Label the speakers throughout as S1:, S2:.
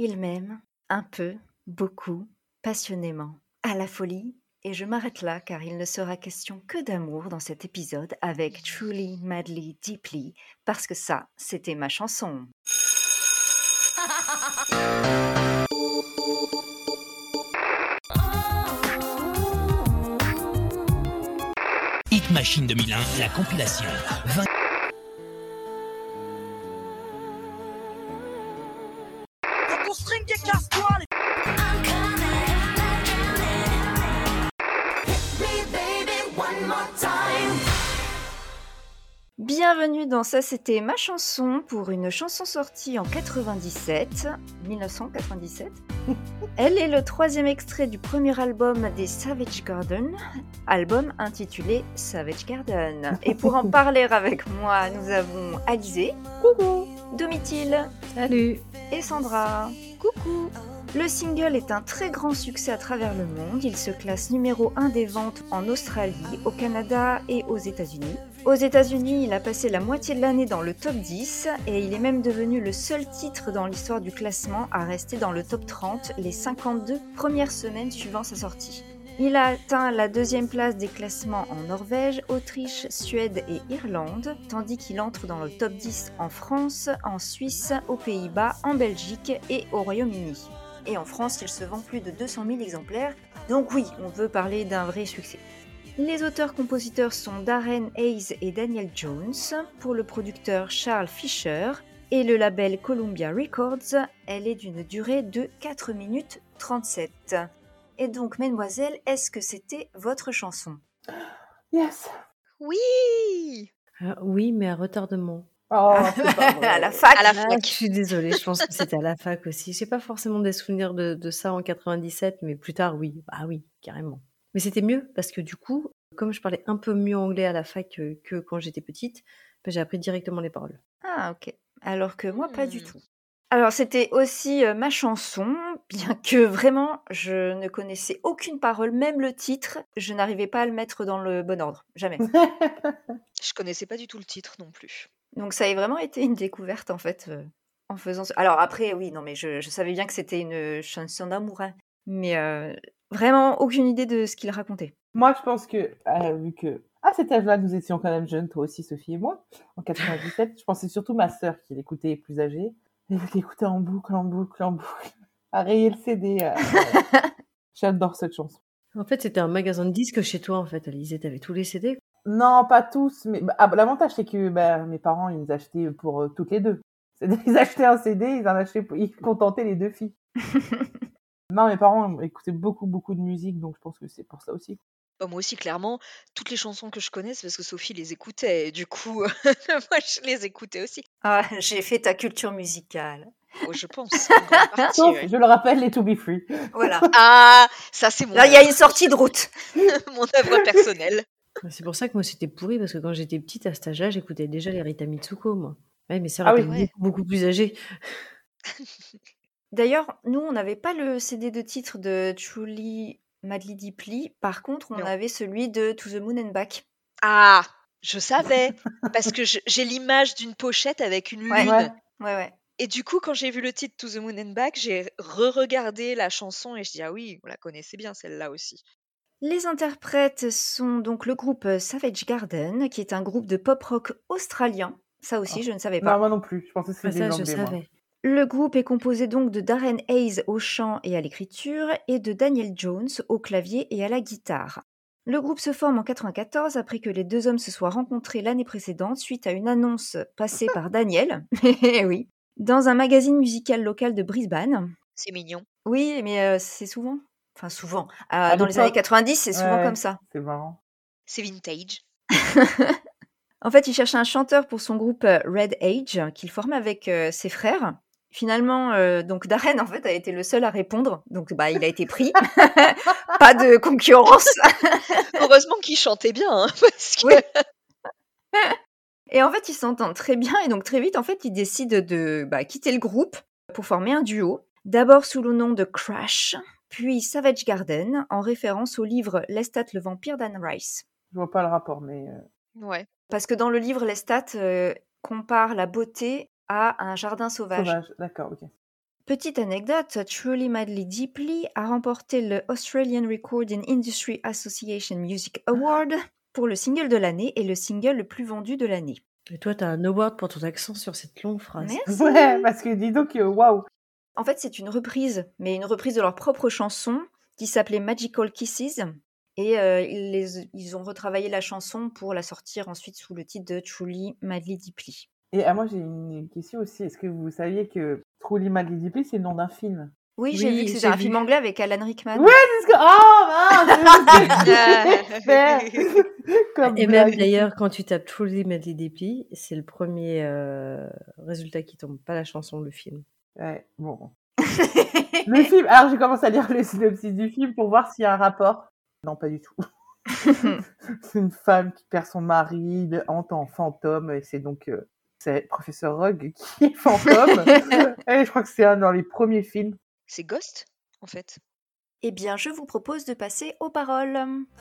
S1: Il m'aime, un peu, beaucoup, passionnément, à la folie, et je m'arrête là car il ne sera question que d'amour dans cet épisode avec Truly, Madly, Deeply, parce que ça, c'était ma chanson.
S2: Hit Machine 2001, la compilation. 20...
S3: Ton string casse-toi les...
S1: Bienvenue dans Ça c'était ma chanson pour une chanson sortie en 1997. Elle est le 3e extrait du premier album des Savage Garden, album intitulé Savage Garden. Et pour en parler avec moi, nous avons Alizé, coucou, Domitil,
S4: salut,
S1: et Sandra, coucou. Le single est un très grand succès à travers le monde. Il se classe numéro 1 des ventes en Australie, au Canada et aux États-Unis. Aux États-Unis, il a passé la moitié de l'année dans le top 10 et il est même devenu le seul titre dans l'histoire du classement à rester dans le top 30 les 52 premières semaines suivant sa sortie. Il a atteint la 2e place des classements en Norvège, Autriche, Suède et Irlande, tandis qu'il entre dans le top 10 en France, en Suisse, aux Pays-Bas, en Belgique et au Royaume-Uni. Et en France, il se vend plus de 200 000 exemplaires, donc oui, on peut parler d'un vrai succès. Les auteurs-compositeurs sont Darren Hayes et Daniel Jones, pour le producteur Charles Fisher, et le label Columbia Records, elle est d'une durée de 4 minutes 37. Et donc, mesdemoiselles, est-ce que c'était votre chanson ?
S5: Yes.
S6: Oui.
S4: Oui, mais à retardement.
S5: Oh, c'est pas vrai.
S1: À la fac.
S6: À la fac.
S4: Je suis désolée, je pense que c'était à la fac aussi. J'ai pas forcément des souvenirs de ça en 97, mais plus tard, oui. Bah oui, carrément. Mais c'était mieux, parce que du coup, comme je parlais un peu mieux anglais à la fac que quand j'étais petite, bah, j'ai appris directement les paroles.
S1: Ah, ok. Alors que moi, pas du tout. Alors, c'était aussi ma chanson, bien que vraiment, je ne connaissais aucune parole, même le titre, je n'arrivais pas à le mettre dans le bon ordre, jamais.
S6: Je connaissais pas du tout le titre non plus.
S1: Donc, ça a vraiment été une découverte, en fait, en faisant ça. Alors après, oui, non, mais je savais bien que c'était une chanson d'amour, hein, mais vraiment aucune idée de ce qu'il racontait.
S5: Moi, je pense que, vu que, à cet âge-là, nous étions quand même jeunes, toi aussi, Sophie et moi, en 97, je pensais surtout ma sœur qui l'écoutait, plus âgée, et qui l'écoutait en boucle, à rayer le CD. J'adore cette chanson.
S4: En fait, c'était un magasin de disques chez toi, en fait, Alizé. T'avais tous les CD.
S5: Non, pas tous, mais l'avantage, c'est que mes parents, ils nous achetaient pour toutes les deux. Ils achetaient un CD, ils contentaient les deux filles. Non, mes parents écoutaient beaucoup de musique, donc je pense que c'est pour ça aussi.
S6: Bah, moi aussi, clairement, toutes les chansons que je connais, c'est parce que Sophie les écoutait. Et du coup, moi, je les écoutais aussi.
S1: Ah, j'ai fait ta culture musicale.
S6: Oh, je pense. En grande partie,
S5: Sauf,
S6: ouais.
S5: je le rappelle, les To Be Free.
S1: Voilà.
S6: Ah, ça, c'est mon
S1: Là, il y a une sortie de route.
S6: mon œuvre personnelle.
S4: C'est pour ça que moi, c'était pourri, parce que quand j'étais petite, à cet âge-là, j'écoutais déjà les Rita Mitsuko, moi. Ouais, mes sœurs étaient
S6: ouais.
S4: beaucoup plus âgées.
S1: D'ailleurs, nous, on n'avait pas le CD de titre de Truly, Madly, Deeply. Par contre, on
S6: Non.
S1: avait celui de To the Moon and Back.
S6: Ah, je savais. Parce que j'ai l'image d'une pochette avec une
S1: Ouais.
S6: lune.
S1: Ouais.
S6: Et du coup, quand j'ai vu le titre To the Moon and Back, j'ai re-regardé la chanson et je dis ah oui, on la connaissait bien celle-là aussi.
S1: Les interprètes sont donc le groupe Savage Garden, qui est un groupe de pop-rock australien. Ça aussi, je ne savais pas.
S5: Non, moi non plus. Je pensais que c'était
S4: Ça,
S5: des
S4: je
S5: Anglais, moi.
S4: savais.
S1: Le groupe est composé donc de Darren Hayes au chant et à l'écriture et de Daniel Jones au clavier et à la guitare. Le groupe se forme en 1994 après que les deux hommes se soient rencontrés l'année précédente suite à une annonce passée par Daniel, oui, dans un magazine musical local de Brisbane.
S6: C'est mignon.
S1: Oui, mais c'est souvent. Enfin, souvent.
S5: À
S1: dans les années
S5: l'époque.
S1: 90, c'est souvent
S5: Ouais,
S1: comme ça.
S5: C'est marrant.
S6: C'est vintage.
S1: En fait, il cherchait un chanteur pour son groupe Red Age, qu'il formait avec ses frères. Finalement, donc Darren, en fait, a été le seul à répondre. Donc, il a été pris. Pas de concurrence.
S6: Heureusement qu'il chantait bien, hein, parce que...
S1: Oui. Et en fait, ils s'entendent très bien. Et donc, très vite, en fait, ils décident de quitter le groupe pour former un duo. D'abord sous le nom de Crash, puis Savage Garden, en référence au livre Lestat le vampire d'Anne Rice.
S5: Je vois pas le rapport, mais...
S6: Ouais.
S1: Parce que dans le livre, Lestat compare la beauté à un jardin sauvage.
S5: D'accord, ok.
S1: Petite anecdote, Truly Madly Deeply a remporté le Australian Recording Industry Association Music Award pour le single de l'année et le single le plus vendu de l'année.
S4: Et toi, t'as un award pour ton accent sur cette longue phrase.
S1: Merci.
S5: Ouais, parce que dis donc, waouh.
S1: En fait, c'est une reprise, mais une reprise de leur propre chanson qui s'appelait Magical Kisses. Et ils ont retravaillé la chanson pour la sortir ensuite sous le titre de Truly Madly Deeply.
S5: Et moi, j'ai une question aussi. Est-ce que vous saviez que Truly Madly Deeply, c'est le nom d'un film?
S1: Oui, j'ai
S4: Oui,
S1: vu que c'était
S4: j'ai
S1: un
S4: vu.
S1: film anglais avec Alan Rickman.
S5: Ouais, c'est ce que... Oh, mince. Comme
S4: Et même
S5: blague.
S4: d'ailleurs, quand tu tapes Truly Madly Deeply, c'est le premier résultat qui tombe, pas la chanson, le film.
S5: Ouais, bon. Le film... Alors, j'ai commencé à lire le synopsis du film pour voir s'il y a un rapport. Non, pas du tout. C'est une femme qui perd son mari, le hante en fantôme, et c'est donc c'est Professeur Rogue qui est fantôme. Et je crois que c'est un dans les premiers films.
S6: C'est Ghost, en fait.
S1: Eh bien, je vous propose de passer aux paroles.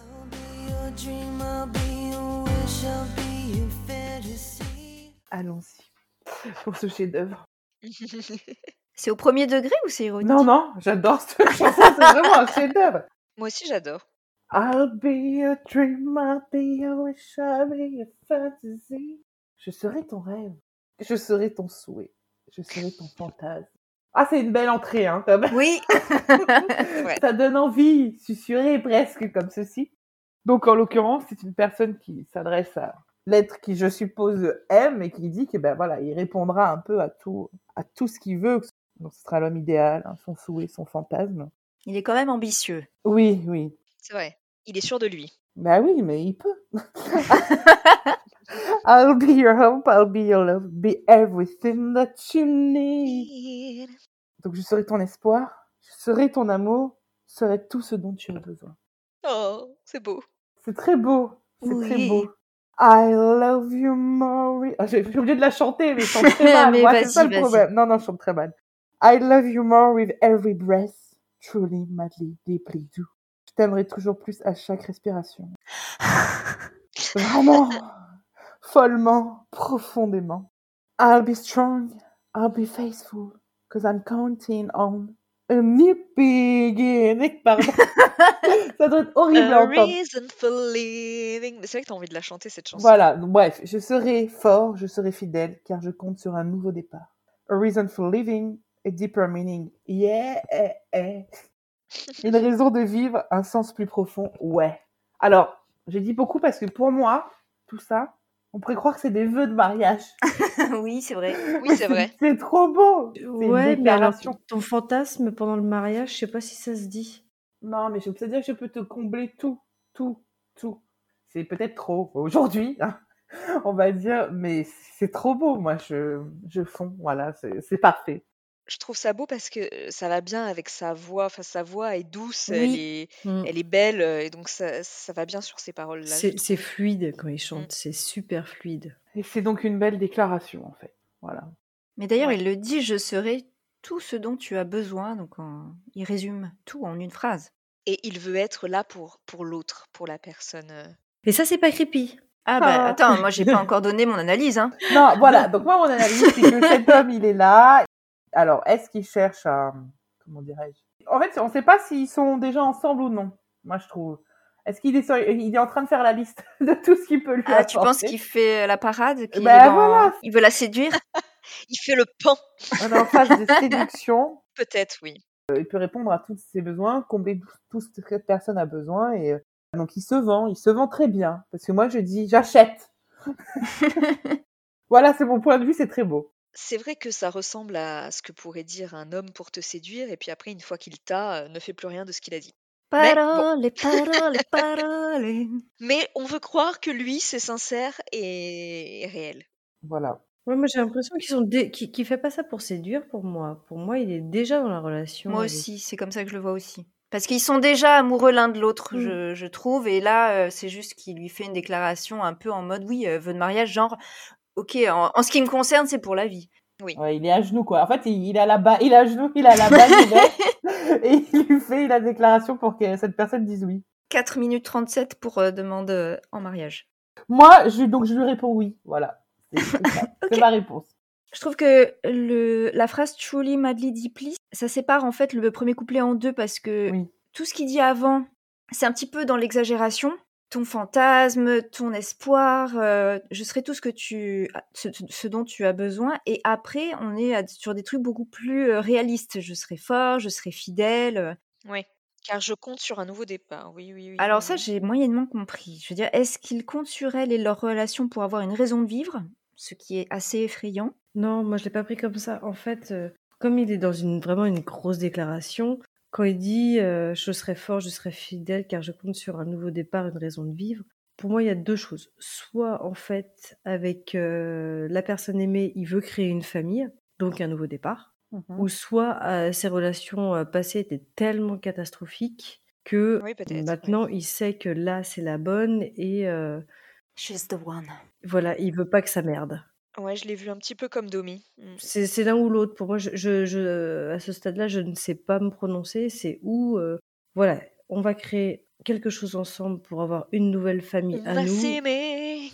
S5: Allons-y pour ce chef-d'œuvre.
S1: C'est au premier degré ou c'est ironique?
S5: Non, j'adore cette chanson, c'est vraiment un chef-d'œuvre.
S6: Moi aussi, j'adore.
S5: I'll be a dream, I'll be a wish, I'll be a fantasy. Je serai ton rêve, je serai ton souhait, je serai ton fantasme. Ah, c'est une belle entrée, hein, quand même.
S1: Oui.
S6: Ouais.
S5: Ça donne envie, susurrer presque comme ceci. Donc, en l'occurrence, c'est une personne qui s'adresse à l'être qui, je suppose, aime et qui dit que, ben voilà, il répondra un peu à tout ce qu'il veut. Donc, ce sera l'homme idéal, hein, son souhait, son fantasme.
S1: Il est quand même ambitieux.
S5: Oui.
S6: C'est vrai. Il est sûr de lui.
S5: Ben oui, mais il peut. I'll be your hope, I'll be your love, be everything that you need. Donc, je serai ton espoir, je serai ton amour, je serai tout ce dont tu as besoin.
S6: Oh, c'est beau.
S5: C'est très beau, c'est
S1: Oui.
S5: très beau. I love you more. Ah, j'ai oublié de la chanter, mais je chante très mal.
S1: Mais
S5: Moi, c'est
S1: vas-y,
S5: ça le
S1: vas-y.
S5: problème. Non, je chante très mal. I love you more with every breath, truly, madly, deeply do. Je t'aimerai toujours plus à chaque respiration. Vraiment, follement, profondément. I'll be strong, I'll be faithful, cause I'm counting on a new beginning. Pardon. Ça doit être horrible à
S6: A
S5: entendre.
S6: reason for living. Mais c'est vrai que t'as envie de la chanter, cette chanson.
S5: Voilà, donc, bref, je serai fort, je serai fidèle, car je compte sur un nouveau départ. A reason for living, a deeper meaning. Yeah. Une raison de vivre, un sens plus profond. Ouais. Alors, j'ai dit beaucoup parce que pour moi, tout ça, on pourrait croire que c'est des vœux de mariage.
S1: Oui, c'est vrai.
S6: Oui, c'est vrai.
S5: C'est trop beau. C'est une
S4: Ouais, mais alors,
S5: déclaration.
S4: ton fantasme pendant le mariage, je sais pas si ça se dit.
S5: Non, mais je peux te dire que je peux te combler tout. C'est peut-être trop aujourd'hui, hein, on va dire, mais c'est trop beau. Moi, je fonds. Voilà, c'est parfait.
S6: Je trouve ça beau parce que ça va bien avec sa voix. Enfin, sa voix est douce,
S1: Oui.
S6: elle est belle, et donc ça va bien sur ces paroles-là. je
S4: C'est
S6: trouve.
S4: fluide quand il chante, c'est super fluide.
S5: Et c'est donc une belle déclaration, en fait. Voilà.
S1: Mais d'ailleurs,
S6: Ouais.
S1: il le dit, je serai tout ce dont tu as besoin. Donc, il résume tout en une phrase.
S6: Et il veut être là pour l'autre, pour la personne.
S4: Et ça, c'est pas creepy.
S1: Ah bah,
S5: Ah.
S1: attends, moi, j'ai pas encore donné mon analyse, hein.
S5: Non, voilà. Donc moi, mon analyse, c'est que cet homme, il est là. Alors, est-ce qu'il cherche à... Comment dirais-je? En fait, on ne sait pas s'ils sont déjà ensemble ou non, moi, je trouve. Est-ce qu'il il est en train de faire la liste de tout ce qu'il peut lui
S1: Ah, tu penses
S5: apporter?
S1: qu'il fait la parade, qu'il
S5: Ben
S1: est dans...
S5: voilà.
S1: Il veut la séduire?
S6: Il fait le pan.
S5: On est en phase de séduction.
S6: Peut-être, oui.
S5: Il peut répondre à tous ses besoins, combler tout ce que cette personne a besoin. Et donc, il se vend très bien. Parce que moi, je dis, j'achète. Voilà, c'est mon point de vue, c'est très beau.
S6: C'est vrai que ça ressemble à ce que pourrait dire un homme pour te séduire, et puis après, une fois qu'il t'a, ne fait plus rien de ce qu'il a dit. Mais bon.
S1: Parole.
S6: Mais on veut croire que lui, c'est sincère et réel.
S5: Voilà.
S4: Ouais, moi, j'ai l'impression qu'il fait pas ça pour séduire pour moi. Pour moi, il est déjà dans la relation.
S1: Moi
S4: avec-
S1: aussi, c'est comme ça que je le vois aussi. Parce qu'ils sont déjà amoureux l'un de l'autre,
S4: Mm.
S1: je trouve. Et là, c'est juste qu'il lui fait une déclaration un peu en mode, oui, vœu de mariage, genre, ok, en ce qui me concerne, c'est pour la vie.
S6: Oui.
S5: Ouais, il est à genoux, quoi. En fait, il est à genoux, il a la baguette, et il lui fait la déclaration pour que cette personne dise oui.
S1: 4 minutes 37 pour demande en mariage.
S5: Moi, donc je lui réponds oui. Voilà. C'est ça.
S1: Ok.
S5: C'est ma réponse.
S1: Je trouve que la phrase truly, madly, deeply, ça sépare en fait le premier couplet en deux parce que
S5: Oui.
S1: tout ce qu'il dit avant, c'est un petit peu dans l'exagération. Ton fantasme, ton espoir, je serai tout ce dont tu as besoin. Et après, on est sur des trucs beaucoup plus réalistes. Je serai fort, je serai fidèle.
S6: Oui, car je compte sur un nouveau départ. Oui, oui, oui,
S1: Alors
S6: oui,
S1: ça,
S6: oui.
S1: j'ai moyennement compris. Je veux dire, est-ce qu'il compte sur elle et leur relation pour avoir une raison de vivre? Ce qui est assez effrayant.
S4: Non, moi je l'ai pas pris comme ça. En fait, comme il est dans vraiment une grosse déclaration, quand il dit je serai fort, je serai fidèle car je compte sur un nouveau départ, une raison de vivre, pour moi il y a deux choses. Soit en fait avec la personne aimée, il veut créer une famille, donc un nouveau départ, ou soit ses relations passées étaient tellement catastrophiques que
S6: Oui, peut-être.
S4: maintenant il sait que là c'est la bonne et
S1: She's the one.
S4: voilà, il veut pas que ça merde.
S6: Ouais, je l'ai vu un petit peu comme Domi.
S4: C'est l'un ou l'autre. Pour moi, à ce stade-là, je ne sais pas me prononcer. C'est où, voilà, on va créer quelque chose ensemble pour avoir une nouvelle famille
S6: On
S4: à
S6: va
S4: nous.
S6: s'aimer.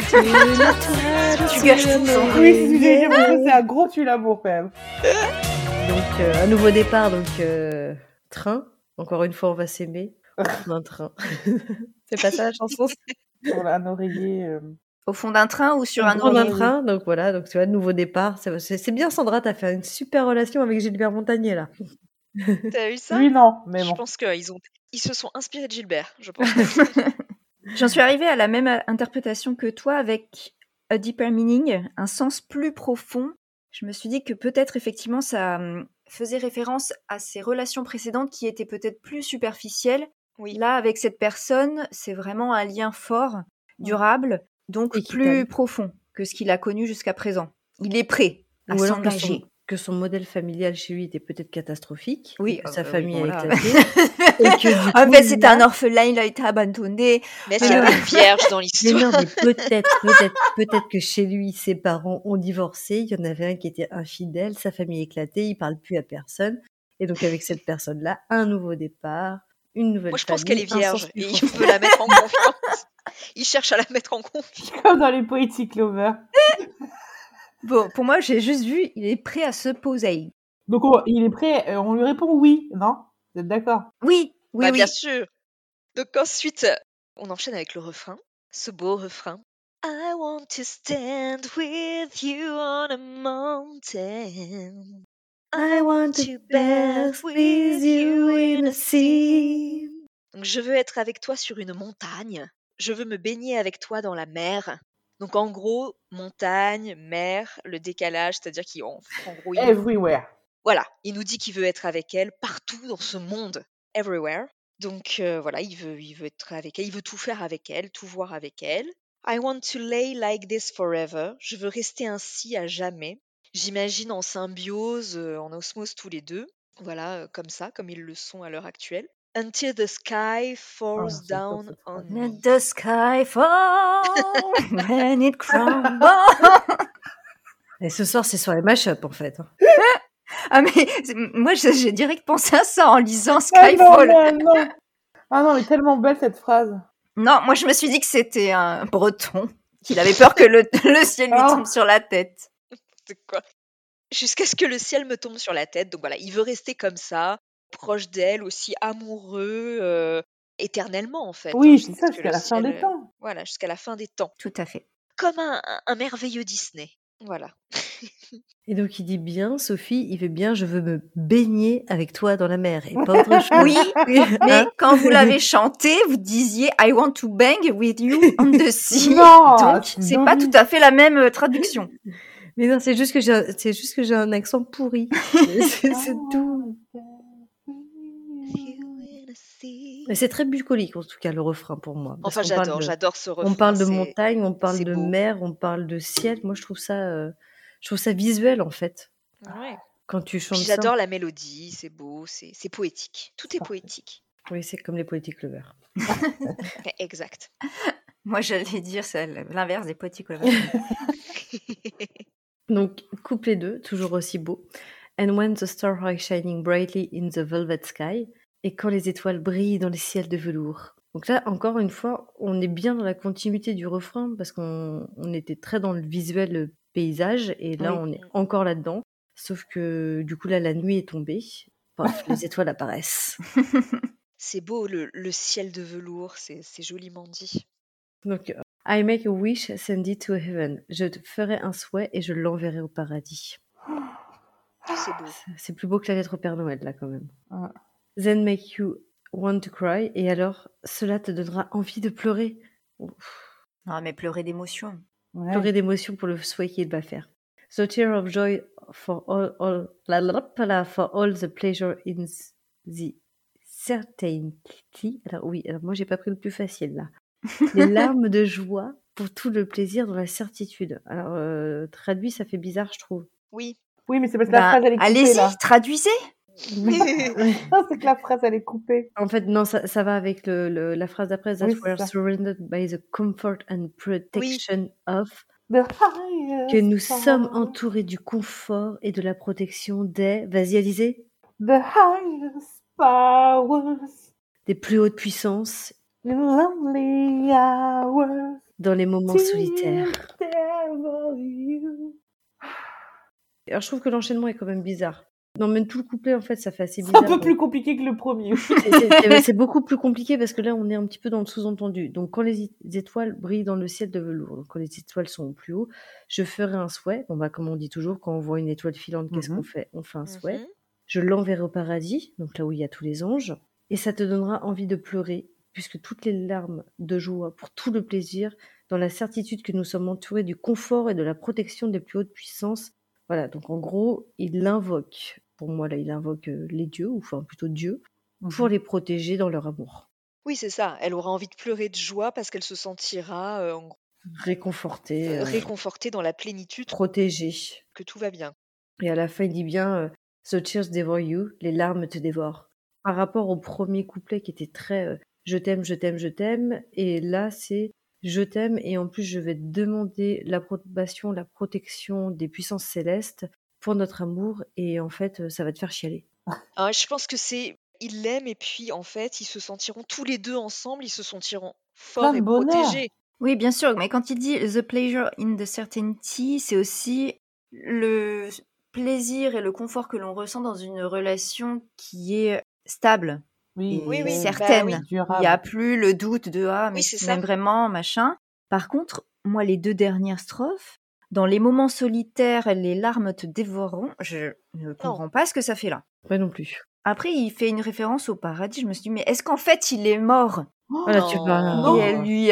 S1: Tu gâches tout ça.
S5: Oui, c'est ce que j'allais dire, parce que c'est un gros tue-l'amour quand même.
S4: Donc, un nouveau départ, donc train. Encore une fois, on va s'aimer. Un train. C'est pas ça la chanson?
S5: Sur un oreiller.
S1: Au fond d'un train ou sur
S4: Au
S1: un
S4: fond d'un
S1: oreiller?
S4: train. Donc voilà, donc tu vois, nouveau départ. C'est bien, Sandra, t'as fait une super relation avec Gilbert Montagnier là.
S6: T'as eu ça?
S5: Lui, non, mais
S6: Je
S5: bon.
S6: pense qu'ils se sont inspirés de Gilbert, je pense.
S1: J'en suis arrivée à la même interprétation que toi avec a deeper meaning, un sens plus profond. Je me suis dit que peut-être effectivement ça faisait référence à ses relations précédentes qui étaient peut-être plus superficielles.
S6: Oui.
S1: Là, avec cette personne, c'est vraiment un lien fort, durable, donc
S4: Équitable.
S1: plus profond que ce qu'il a connu jusqu'à présent. Il est prêt à
S4: Ou alors
S1: s'engager.
S4: que son modèle familial chez lui était peut-être catastrophique,
S1: Oui,
S4: et que sa
S1: oui,
S4: famille
S1: bon,
S4: a
S1: là.
S4: éclaté. Et que du
S1: En
S4: coup,
S1: fait, c'était
S4: là-
S1: un orphelin, il a été abandonné.
S6: Mais est-ce qu'il n'y a
S4: Ah.
S6: pas une vierge dans
S4: Mais
S6: l'histoire?
S4: non, mais peut-être que chez lui, ses parents ont divorcé, il y en avait un qui était infidèle, sa famille éclatée, il parle plus à personne. Et donc avec cette personne-là, un nouveau départ, une nouvelle
S6: Moi, je
S4: famille.
S6: pense qu'elle est
S4: un
S6: vierge
S4: sens
S6: et
S4: plus
S6: il
S4: profond.
S6: veut la mettre en confiance. Il cherche à la mettre en confiance.
S5: Comme dans les Poetic Lovers.
S1: Bon, pour moi, j'ai juste vu, il est prêt à se poser.
S5: Donc, il est prêt, on lui répond oui, non? Vous êtes d'accord?
S1: Oui, oui,
S6: Bah,
S1: oui.
S6: bien sûr. Donc ensuite, on enchaîne avec le refrain, ce beau refrain. I want to stand with you on a mountain.
S4: I want to bask with you in a sea.
S6: Donc je veux être avec toi sur une montagne. Je veux me baigner avec toi dans la mer. Donc en gros, montagne, mer, le décalage, c'est-à-dire qu'en gros,
S5: Everywhere.
S6: voilà, il nous dit qu'il veut être avec elle partout dans ce monde, everywhere. Donc voilà, il veut être avec elle, il veut tout faire avec elle, tout voir avec elle. I want to lay like this forever. Je veux rester ainsi à jamais. J'imagine en symbiose, en osmose tous les deux. Voilà, comme ça, comme ils le sont à l'heure actuelle. Until the sky falls
S5: c'est quoi
S6: down
S5: cette
S6: on
S5: phrase?
S6: me.
S1: Let the sky fall when it crumbles.
S4: Et ce soir, c'est sur les mash-up en fait.
S1: Ah mais moi j'ai direct pensé à ça en lisant
S5: Ah non,
S1: Skyfall.
S5: non. Ah non, mais tellement belle cette phrase.
S1: Non, moi je me suis dit que c'était un breton, qu'il avait peur que le ciel lui
S5: Oh.
S1: tombe sur la tête.
S6: C'est quoi? Jusqu'à ce que le ciel me tombe sur la tête. Donc voilà, il veut rester comme ça, proche d'elle, aussi amoureux, éternellement en fait.
S5: Oui, c'est
S6: jusqu'à
S5: ça,
S6: ce que
S5: jusqu'à
S6: le
S5: la fin
S6: ciel,
S5: des temps.
S6: Voilà, jusqu'à la fin des temps.
S1: Tout à fait.
S6: Comme un merveilleux Disney. Voilà.
S4: Et donc il dit bien, Sophie, il veut bien, je veux me baigner avec toi dans la mer et pas autre chose.
S1: Oui, mais
S4: Hein
S1: quand vous l'avez chanté, vous disiez I want to bang with you on the sea.
S5: Non,
S1: Donc c'est pas tout à fait la même traduction.
S4: Mais non, c'est juste que j'ai un accent pourri. C'est tout. Mais c'est très bucolique en tout cas le refrain pour moi. Parce
S6: Enfin,
S4: qu'on parle
S6: j'adore ce refrain.
S4: On parle de
S6: c'est-
S4: montagne, on parle
S6: c'est
S4: de
S6: beau.
S4: mer, on parle de ciel. Moi, je trouve ça visuel en fait.
S6: Ouais.
S4: Quand tu chantes
S6: Puis
S4: ça.
S6: j'adore la mélodie, c'est beau, c'est poétique. Tout est
S5: Parfait.
S6: poétique.
S4: Oui, c'est comme les Poetic Lovers.
S6: Exact.
S1: Moi j'allais dire c'est l'inverse des Poetic Lovers.
S4: Donc, couplet 2, toujours aussi beau. And when the stars are shining brightly in the velvet sky. Et quand les étoiles brillent dans les ciels de velours. Donc là, encore une fois, on est bien dans la continuité du refrain parce qu'on était très dans le visuel paysage. Et là,
S1: Oui.
S4: on est encore là-dedans. Sauf que du coup, là, la nuit est tombée. Paf, les étoiles apparaissent.
S6: C'est beau, le ciel de velours, c'est joliment dit.
S4: Donc, I make a wish, send it to heaven. Je te ferai un souhait et je l'enverrai au paradis.
S6: C'est beau.
S4: C'est plus beau que la lettre au Père Noël, là, quand même.
S5: Ouais.
S4: Then make you want to cry. Et alors, cela te donnera envie de pleurer.
S1: Non, mais pleurer d'émotion.
S5: Ouais.
S4: Pleurer d'émotion pour le souhait qu'il va faire. So tear of joy for all the pleasure in the certainty. Alors oui, alors moi j'ai pas pris le plus facile là. Les larmes de joie pour tout le plaisir dans la certitude. Alors traduit, ça fait bizarre, je trouve.
S6: Oui.
S5: Oui, mais c'est parce que la
S1: Bah,
S5: phrase, elle est coupée,
S1: allez-y,
S5: là.
S1: traduisez.
S5: Non, c'est que la phrase, elle est coupée.
S4: En fait, non, ça va avec la phrase d'après. That
S5: Oui, c'est
S4: we're
S5: ça.
S4: surrounded by the comfort and protection of.
S5: The highest
S4: Que nous
S5: star.
S4: sommes entourés du confort et de la protection des. Vas-y, Alizé.
S5: The highest powers.
S4: Des plus hautes puissances
S5: In lonely hours.
S4: dans les moments solitaires.
S5: Devil you.
S4: Alors, je trouve que l'enchaînement est quand même bizarre. Non, même tout le couplet, en fait, ça fait assez
S5: C'est
S4: bizarre.
S5: un peu plus compliqué que le premier.
S4: C'est beaucoup plus compliqué parce que là, on est un petit peu dans le sous-entendu. Donc, quand les étoiles brillent dans le ciel de velours, donc quand les étoiles sont au plus haut, je ferai un souhait. Bon, bah, comme on dit toujours, quand on voit une étoile filante, qu'est-ce qu'on fait? On fait un souhait. Je l'enverrai au paradis, donc là où il y a tous les anges, et ça te donnera envie de pleurer, puisque toutes les larmes de joie pour tout le plaisir, dans la certitude que nous sommes entourés du confort et de la protection des plus hautes puissances. Voilà, donc en gros, il invoque, pour moi là, il invoque les dieux, ou enfin plutôt Dieu, pour les protéger dans leur amour.
S6: Oui, c'est ça. Elle aura envie de pleurer de joie parce qu'elle se sentira en gros,
S4: Réconforté,
S6: réconfortée dans la plénitude
S4: protégé.
S6: que tout va bien.
S4: Et à la fin, il dit bien The tears devour you, les larmes te dévorent. Par rapport au premier couplet qui était très je t'aime, je t'aime, je t'aime, et là c'est je t'aime, et en plus je vais te demander l'approbation, la protection des puissances célestes pour notre amour, et en fait ça va te faire chialer.
S6: Ah, je pense que ils l'aiment et puis en fait, ils se sentiront tous les deux ensemble, ils se sentiront
S5: Plein
S6: forts
S5: de
S6: et
S5: bonheur.
S6: protégés.
S1: Oui, bien sûr, mais quand il dit the pleasure in the certainty, c'est aussi le plaisir et le confort que l'on ressent dans une relation qui est stable
S5: Oui,
S1: et
S6: Oui, oui,
S1: certaine.
S6: bah oui.
S1: Il n'y
S5: durable.
S1: a plus le doute de ah, mais
S6: Oui, c'est
S1: tu
S6: ça.
S1: m'aimes vraiment, machin. Par contre, moi, les deux dernières strophes, dans les moments solitaires, les larmes te dévoreront, je ne comprends pas ce que ça fait là.
S4: Moi non plus.
S1: Après, il fait une référence au paradis. Je me suis dit, mais est-ce qu'en fait, il est mort?
S4: Voilà, tu vas.
S5: Non.
S1: Et elle lui.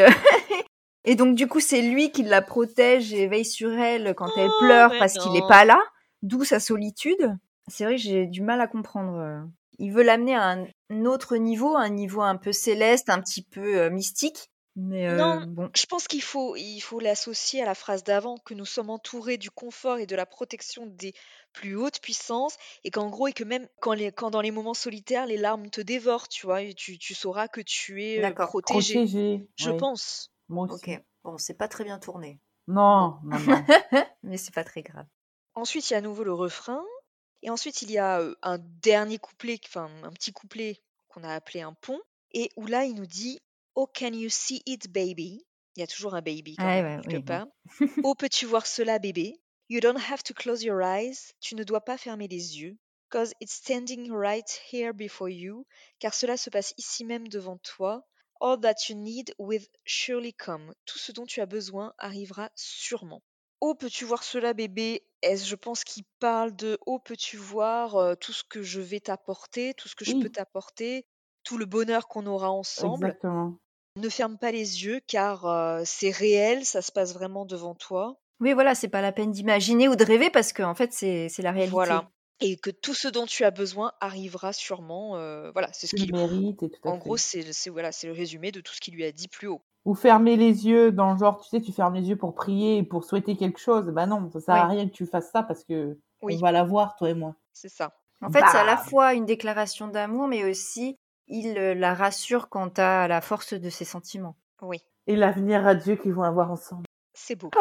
S1: Et donc, du coup, c'est lui qui la protège et veille sur elle quand elle
S6: Oh,
S1: pleure
S6: mais
S1: parce qu'il
S6: non.
S1: n'est pas là, d'où sa solitude. C'est vrai que j'ai du mal à comprendre. Il veut l'amener à un autre niveau, un niveau un peu céleste, un petit peu mystique. Mais
S6: Non,
S1: bon.
S6: je pense qu'il faut l'associer à la phrase d'avant, que nous sommes entourés du confort et de la protection des plus hautes puissances, et qu'en gros, et que même quand dans les moments solitaires, les larmes te dévorent, tu vois, et tu sauras que tu es
S1: D'accord.
S6: protégé.
S5: Protégé.
S6: Je
S5: oui.
S6: pense.
S5: Moi aussi.
S1: Ok. Bon, c'est pas très bien tourné.
S5: Non, non, non.
S1: Mais c'est pas très grave.
S6: Ensuite, il y a à nouveau le refrain. Et ensuite, il y a un dernier couplet, enfin un petit couplet qu'on a appelé un pont. Et où là, il nous dit Oh, can you see it, baby? Il y a toujours un baby quand
S1: Ah,
S6: même,
S1: ouais,
S6: quelque
S1: oui,
S6: part. Oh, peux-tu voir cela, bébé? You don't have to close your eyes. Tu ne dois pas fermer les yeux. Cause it's standing right here before you. Car cela se passe ici même devant toi. All that you need will surely come. Tout ce dont tu as besoin arrivera sûrement. Oh, peux-tu voir cela, bébé? Je pense qu'il parle de oh, peux-tu voir tout ce que je vais t'apporter, tout ce que je peux
S5: Oui,
S6: t'apporter, tout le bonheur qu'on aura ensemble.
S5: exactement.
S6: Ne ferme pas les yeux car c'est réel, ça se passe vraiment devant toi.
S1: Oui, voilà, c'est pas la peine d'imaginer ou de rêver parce qu'en fait, c'est la réalité.
S6: Voilà. Et que tout ce dont tu as besoin arrivera sûrement. Voilà, c'est ce
S5: Tu le
S6: qu'il.
S5: mérites et tout à
S6: En
S5: fait.
S6: gros, c'est le résumé de tout ce qu'il lui a dit plus haut.
S5: Ou fermer les yeux dans le genre, tu sais, tu fermes les yeux pour prier et pour souhaiter quelque chose. Bah non, ça sert à rien que tu fasses ça parce que
S6: Oui.
S5: on va la voir, toi et moi.
S6: C'est ça.
S1: En fait, c'est à la
S5: Bam.
S1: fois une déclaration d'amour, mais aussi il la rassure quant à la force de ses sentiments.
S6: Oui,
S5: Et l'avenir à Dieu qu'ils vont avoir ensemble.
S6: c'est beau.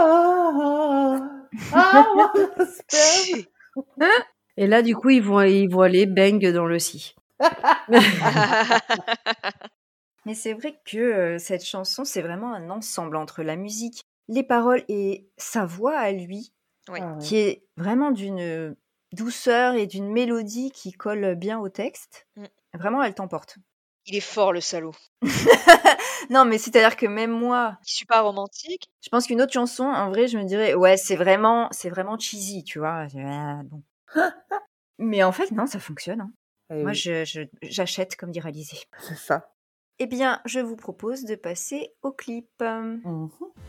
S4: Et là, du coup, ils vont aller bang dans le si.
S1: Mais c'est vrai que cette chanson, c'est vraiment un ensemble entre la musique, les paroles et sa voix à lui,
S6: Oui.
S5: Ah ouais.
S1: qui est vraiment d'une douceur et d'une mélodie qui colle bien au texte.
S6: Mm.
S1: Vraiment, elle t'emporte.
S6: Il est fort, le salaud.
S1: Non, mais c'est-à-dire que même moi,
S6: Je suis pas romantique.
S1: je pense qu'une autre chanson, en vrai, je me dirais, ouais, c'est vraiment cheesy, tu vois. Bon. Mais en fait, non, ça fonctionne. Hein.
S5: Eh
S1: Moi,
S5: oui,
S1: j'achète, comme dirait Alizée.
S5: c'est ça.
S1: Eh bien, je vous propose de passer au clip.
S5: Mhm.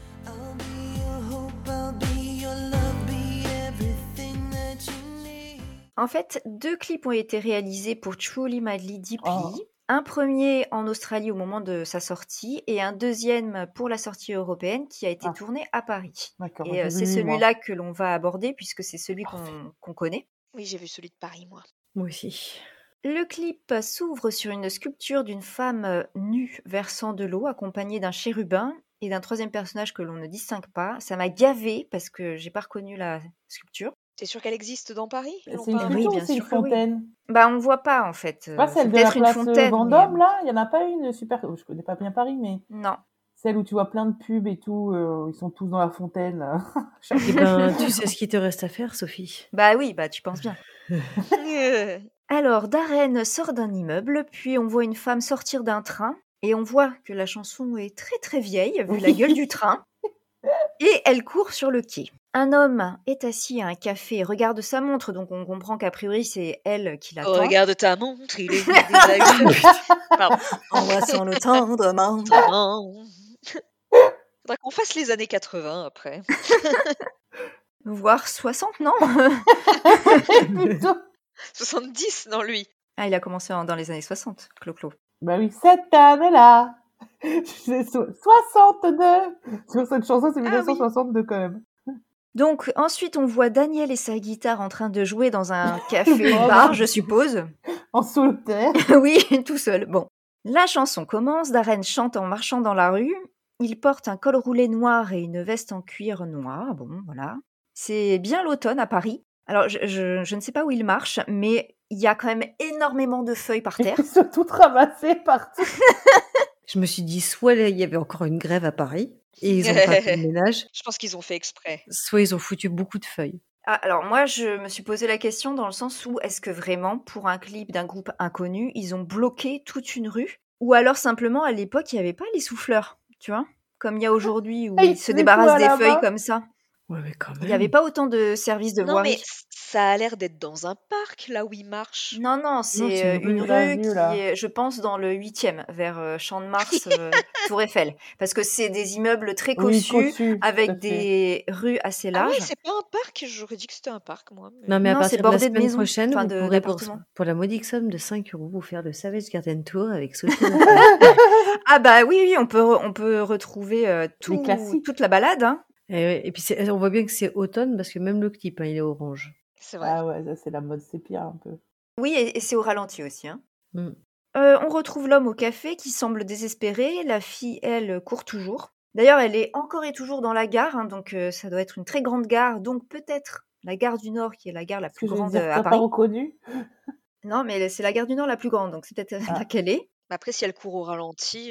S1: En fait, 2 clips ont été réalisés pour Truly Madly Deeply.
S5: Oh.
S1: Un premier en Australie au moment de sa sortie et un deuxième pour la sortie européenne qui a été
S5: Ah.
S1: tourné à Paris.
S5: D'accord,
S1: Et
S5: j'ai
S1: c'est
S5: vu, moi.
S1: celui-là que l'on va aborder puisque c'est celui qu'on connaît.
S6: Oui, j'ai vu celui de Paris, moi.
S4: Moi aussi.
S1: Le clip s'ouvre sur une sculpture d'une femme nue versant de l'eau accompagnée d'un chérubin et d'un troisième personnage que l'on ne distingue pas. Ça m'a gavé parce que j'ai pas reconnu la sculpture.
S6: T'es sûr qu'elle existe dans Paris? Ils l'ont
S5: C'est une
S6: pas
S1: Oui,
S5: sculpture ou
S1: bien
S5: c'est une
S1: sûr que oui.
S5: fontaine?
S1: Bah, on voit pas en fait.
S5: C'est pas
S1: C'est
S5: celle de la
S1: peut-être une
S5: place
S1: fontaine, mais
S5: Vendôme, là? Il y en a pas une super. Je connais pas bien Paris, mais
S1: non.
S5: celle où tu vois plein de pubs et tout, ils sont tous dans la fontaine, là.
S4: Eh ben, tu sais ce qu'il te reste à faire, Sophie.
S1: Bah oui, bah tu penses bien.
S6: Euh,
S1: Alors, Darren sort d'un immeuble, puis on voit une femme sortir d'un train, et on voit que la chanson est très très vieille, vu la gueule du train, et elle court sur le quai. Un homme est assis à un café et regarde sa montre, donc on comprend qu'a priori c'est elle qui l'attend.
S6: Regarde ta montre, il est déjà 1h. Pardon.
S1: Embrassant le tendrement.
S6: Faudra qu'on fasse les années 80 après.
S1: Voire 60, non?
S5: Plutôt.
S6: 70, non, lui.
S1: Ah, il a commencé dans les années 60, Clo-Clo.
S5: Bah oui, cette année-là. C'est 62. Sur cette chanson, c'est
S6: Ah oui.
S5: 1962 quand même.
S1: Donc ensuite, on voit Daniel et sa guitare en train de jouer dans un café-bar, je suppose.
S5: En solitaire.
S1: Oui, tout seul. Bon. La chanson commence, Darren chante en marchant dans la rue. Il porte un col roulé noir et une veste en cuir noir. Bon, voilà. C'est bien l'automne à Paris. Alors, je ne sais pas où il marche, mais il y a quand même énormément de feuilles par terre.
S5: Ils sont toutes ramassées partout.
S4: Je me suis dit, soit il y avait encore une grève à Paris et ils ont pas fait le ménage,
S6: Je pense qu'ils ont fait exprès.
S4: soit ils ont foutu beaucoup de feuilles.
S1: Ah, alors moi, je me suis posé la question dans le sens où est-ce que vraiment, pour un clip d'un groupe inconnu, ils ont bloqué toute une rue? Ou alors simplement, à l'époque, il n'y avait pas les souffleurs, tu vois? Comme il y a aujourd'hui où
S5: Et ils
S1: ils se
S5: faisaient
S1: débarrassent
S5: quoi
S1: des
S5: là-bas?
S1: feuilles comme ça.
S4: Ouais, mais quand
S1: Il n'y avait
S4: même.
S1: pas autant de services de
S6: Non,
S1: voirie.
S6: mais ça a l'air d'être dans un parc, là où il marche.
S1: Non, non, c'est une
S5: rue, la
S1: rue
S5: vue,
S1: qui
S5: là.
S1: est, je pense, dans le 8e, vers Champ de Mars, Tour Eiffel. Parce que c'est des immeubles très
S5: Oui,
S1: cossus,
S5: cossu, tout à
S1: avec
S5: fait.
S1: des rues assez
S6: Ah ouais,
S1: larges.
S6: c'est pas un parc? J'aurais dit que c'était un parc, moi. mais-
S4: Non, mais à
S1: Non, c'est
S4: partir de la
S1: bordé de
S4: semaine
S1: maisons,
S4: prochaine,
S1: enfin
S4: vous
S1: de
S4: pourrez, pour
S1: d'appartements.
S4: la modique somme de 5 euros, vous faire le Savage Garden Tour avec Sophie.
S1: Ah bah oui, oui, on peut retrouver
S5: Les classiques.
S1: toute la balade, hein.
S4: Et puis, on voit bien que c'est automne parce que même le clip, hein, il est orange.
S6: C'est vrai.
S5: Ah ouais, ça c'est la mode sépia un peu.
S1: Oui, et c'est au ralenti aussi, hein.
S4: Mm.
S1: On retrouve l'homme au café qui semble désespéré. La fille, elle, court toujours. D'ailleurs, elle est encore et toujours dans la gare, hein, donc ça doit être une très grande gare. Donc peut-être la gare du Nord, qui est la gare la
S5: Ce
S1: plus
S5: que je veux
S1: grande
S5: dire,
S1: à
S5: t'as pas
S1: Paris.
S5: reconnu?
S1: Non, mais c'est la gare du Nord la plus grande, donc c'est peut-être
S5: Ah.
S1: là qu'elle est.
S6: Après, si elle court au ralenti,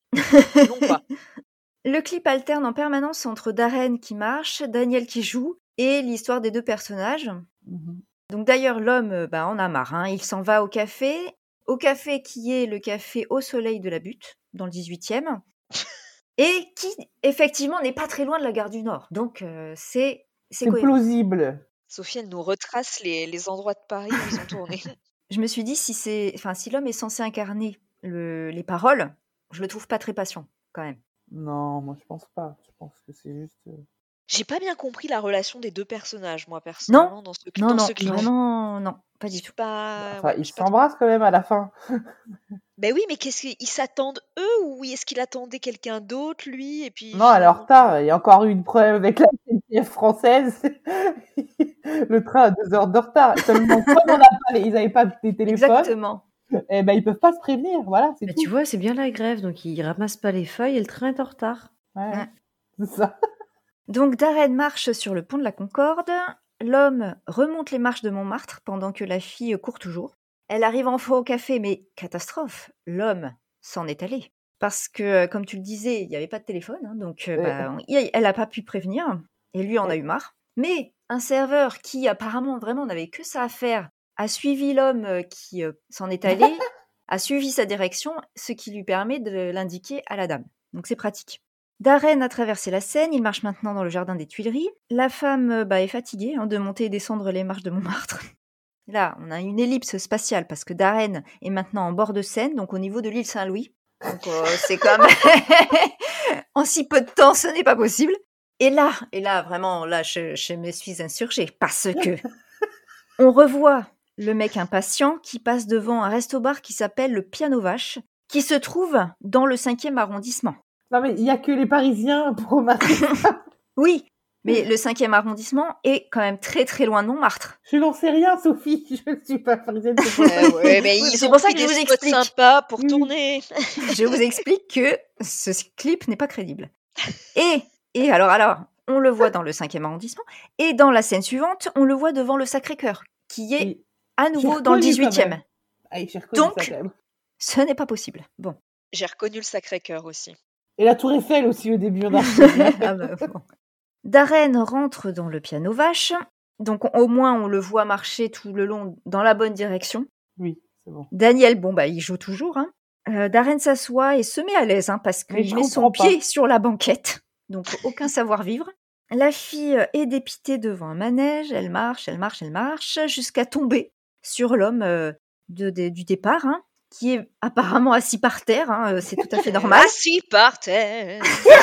S6: non quoi.
S1: Le clip alterne en permanence entre Darren qui marche, Daniel qui joue, et l'histoire des deux personnages.
S5: Mhm.
S1: Donc d'ailleurs, l'homme en a marre, hein. Il s'en va au café qui est le café au soleil de la Butte, dans le 18e, et qui, effectivement, n'est pas très loin de la gare du Nord. Donc c'est
S5: C'est
S1: cohérent.
S5: plausible.
S6: Sophie, elle nous retrace les endroits de Paris où ils ont tourné.
S1: Je me suis dit, si l'homme est censé incarner les paroles, je le trouve pas très patient, quand même.
S5: Non, moi je pense pas. Je pense que c'est juste.
S6: J'ai pas bien compris la relation des deux personnages, moi, personnellement, dans ce clip.
S1: Non,
S6: clip.
S1: vraiment, non, pas du
S6: J'ai
S1: tout.
S6: pas...
S5: Enfin,
S6: ouais,
S5: ils
S6: j'ai pas trop-
S5: s'embrassent quand même à la fin.
S6: Ben oui, mais qu'est-ce qu'ils s'attendent eux ou est-ce qu'il attendait quelqu'un d'autre, lui, et puis
S5: Non, elle est en
S6: finalement...
S5: retard. Il y a encore eu une preuve avec la SNCF française. Le train a 2 heures de retard. Seulement, comme ils n'avaient pas des téléphones,
S1: Exactement.
S5: eh ben, ils peuvent pas se prévenir. Voilà, c'est
S4: Bah,
S5: tout.
S4: tu vois, c'est bien la grève, donc ils ramassent pas les feuilles et le train est en retard.
S5: Ouais,
S1: Ouais.
S5: c'est ça.
S1: Donc Darren marche sur le pont de la Concorde. L'homme remonte les marches de Montmartre pendant que la fille court toujours. Elle arrive enfin au café, mais catastrophe, l'homme s'en est allé. Parce que, comme tu le disais, il n'y avait pas de téléphone, hein, donc elle n'a pas pu prévenir, et lui en a eu marre. Mais un serveur qui apparemment vraiment n'avait que ça à faire a suivi l'homme qui s'en est allé, a suivi sa direction, ce qui lui permet de l'indiquer à la dame. Donc c'est pratique. Darren a traversé la Seine, il marche maintenant dans le jardin des Tuileries. La femme est fatiguée de monter et descendre les marches de Montmartre. Là, on a une ellipse spatiale parce que Darren est maintenant en bord de Seine, donc au niveau de l'île Saint-Louis. Donc c'est comme en si peu de temps, ce n'est pas possible. Et là vraiment, là, je me suis insurgée parce que on revoit le mec impatient qui passe devant un resto-bar qui s'appelle le Piano Vache, qui se trouve dans le 5e arrondissement.
S5: Non, mais il n'y a que les Parisiens pour remarquer ça.
S1: Oui, mais le 5e arrondissement est quand même très très loin de Montmartre.
S5: Je n'en sais rien, Sophie. Je ne suis pas parisienne.
S6: Ouais, mais
S1: Oui,
S6: ils
S1: c'est
S6: ont
S1: pour ça
S6: pris
S1: que je
S6: des
S1: vous
S6: spots
S1: explique.
S6: sympas pour
S5: Oui.
S6: tourner.
S1: Je vous explique que ce clip n'est pas crédible. Et alors, on le voit dans le 5e arrondissement, et dans la scène suivante, on le voit devant le Sacré-Cœur, qui est
S5: Oui.
S1: à nouveau dans le
S5: reconnu quand
S1: 18e.
S5: même. Ah, j'ai reconnu
S1: Donc-
S5: ça quand même.
S1: Ce n'est pas possible. Bon.
S6: J'ai reconnu le Sacré-Cœur aussi.
S5: Et la Tour Eiffel aussi au début. On a
S1: Ah bah, bon. Darren rentre dans le Piano Vache, donc au moins on le voit marcher tout le long dans la bonne direction.
S5: Oui, c'est bon.
S1: Daniel, il joue toujours. Darren s'assoit et se met à l'aise parce
S5: Mais
S1: qu'il
S5: je
S1: met son
S5: comprends pas.
S1: pied sur la banquette, donc aucun savoir-vivre. La fille est dépitée devant un manège, elle marche jusqu'à tomber sur l'homme du départ, qui est apparemment assis par terre, c'est tout à fait normal.
S6: Assis par terre.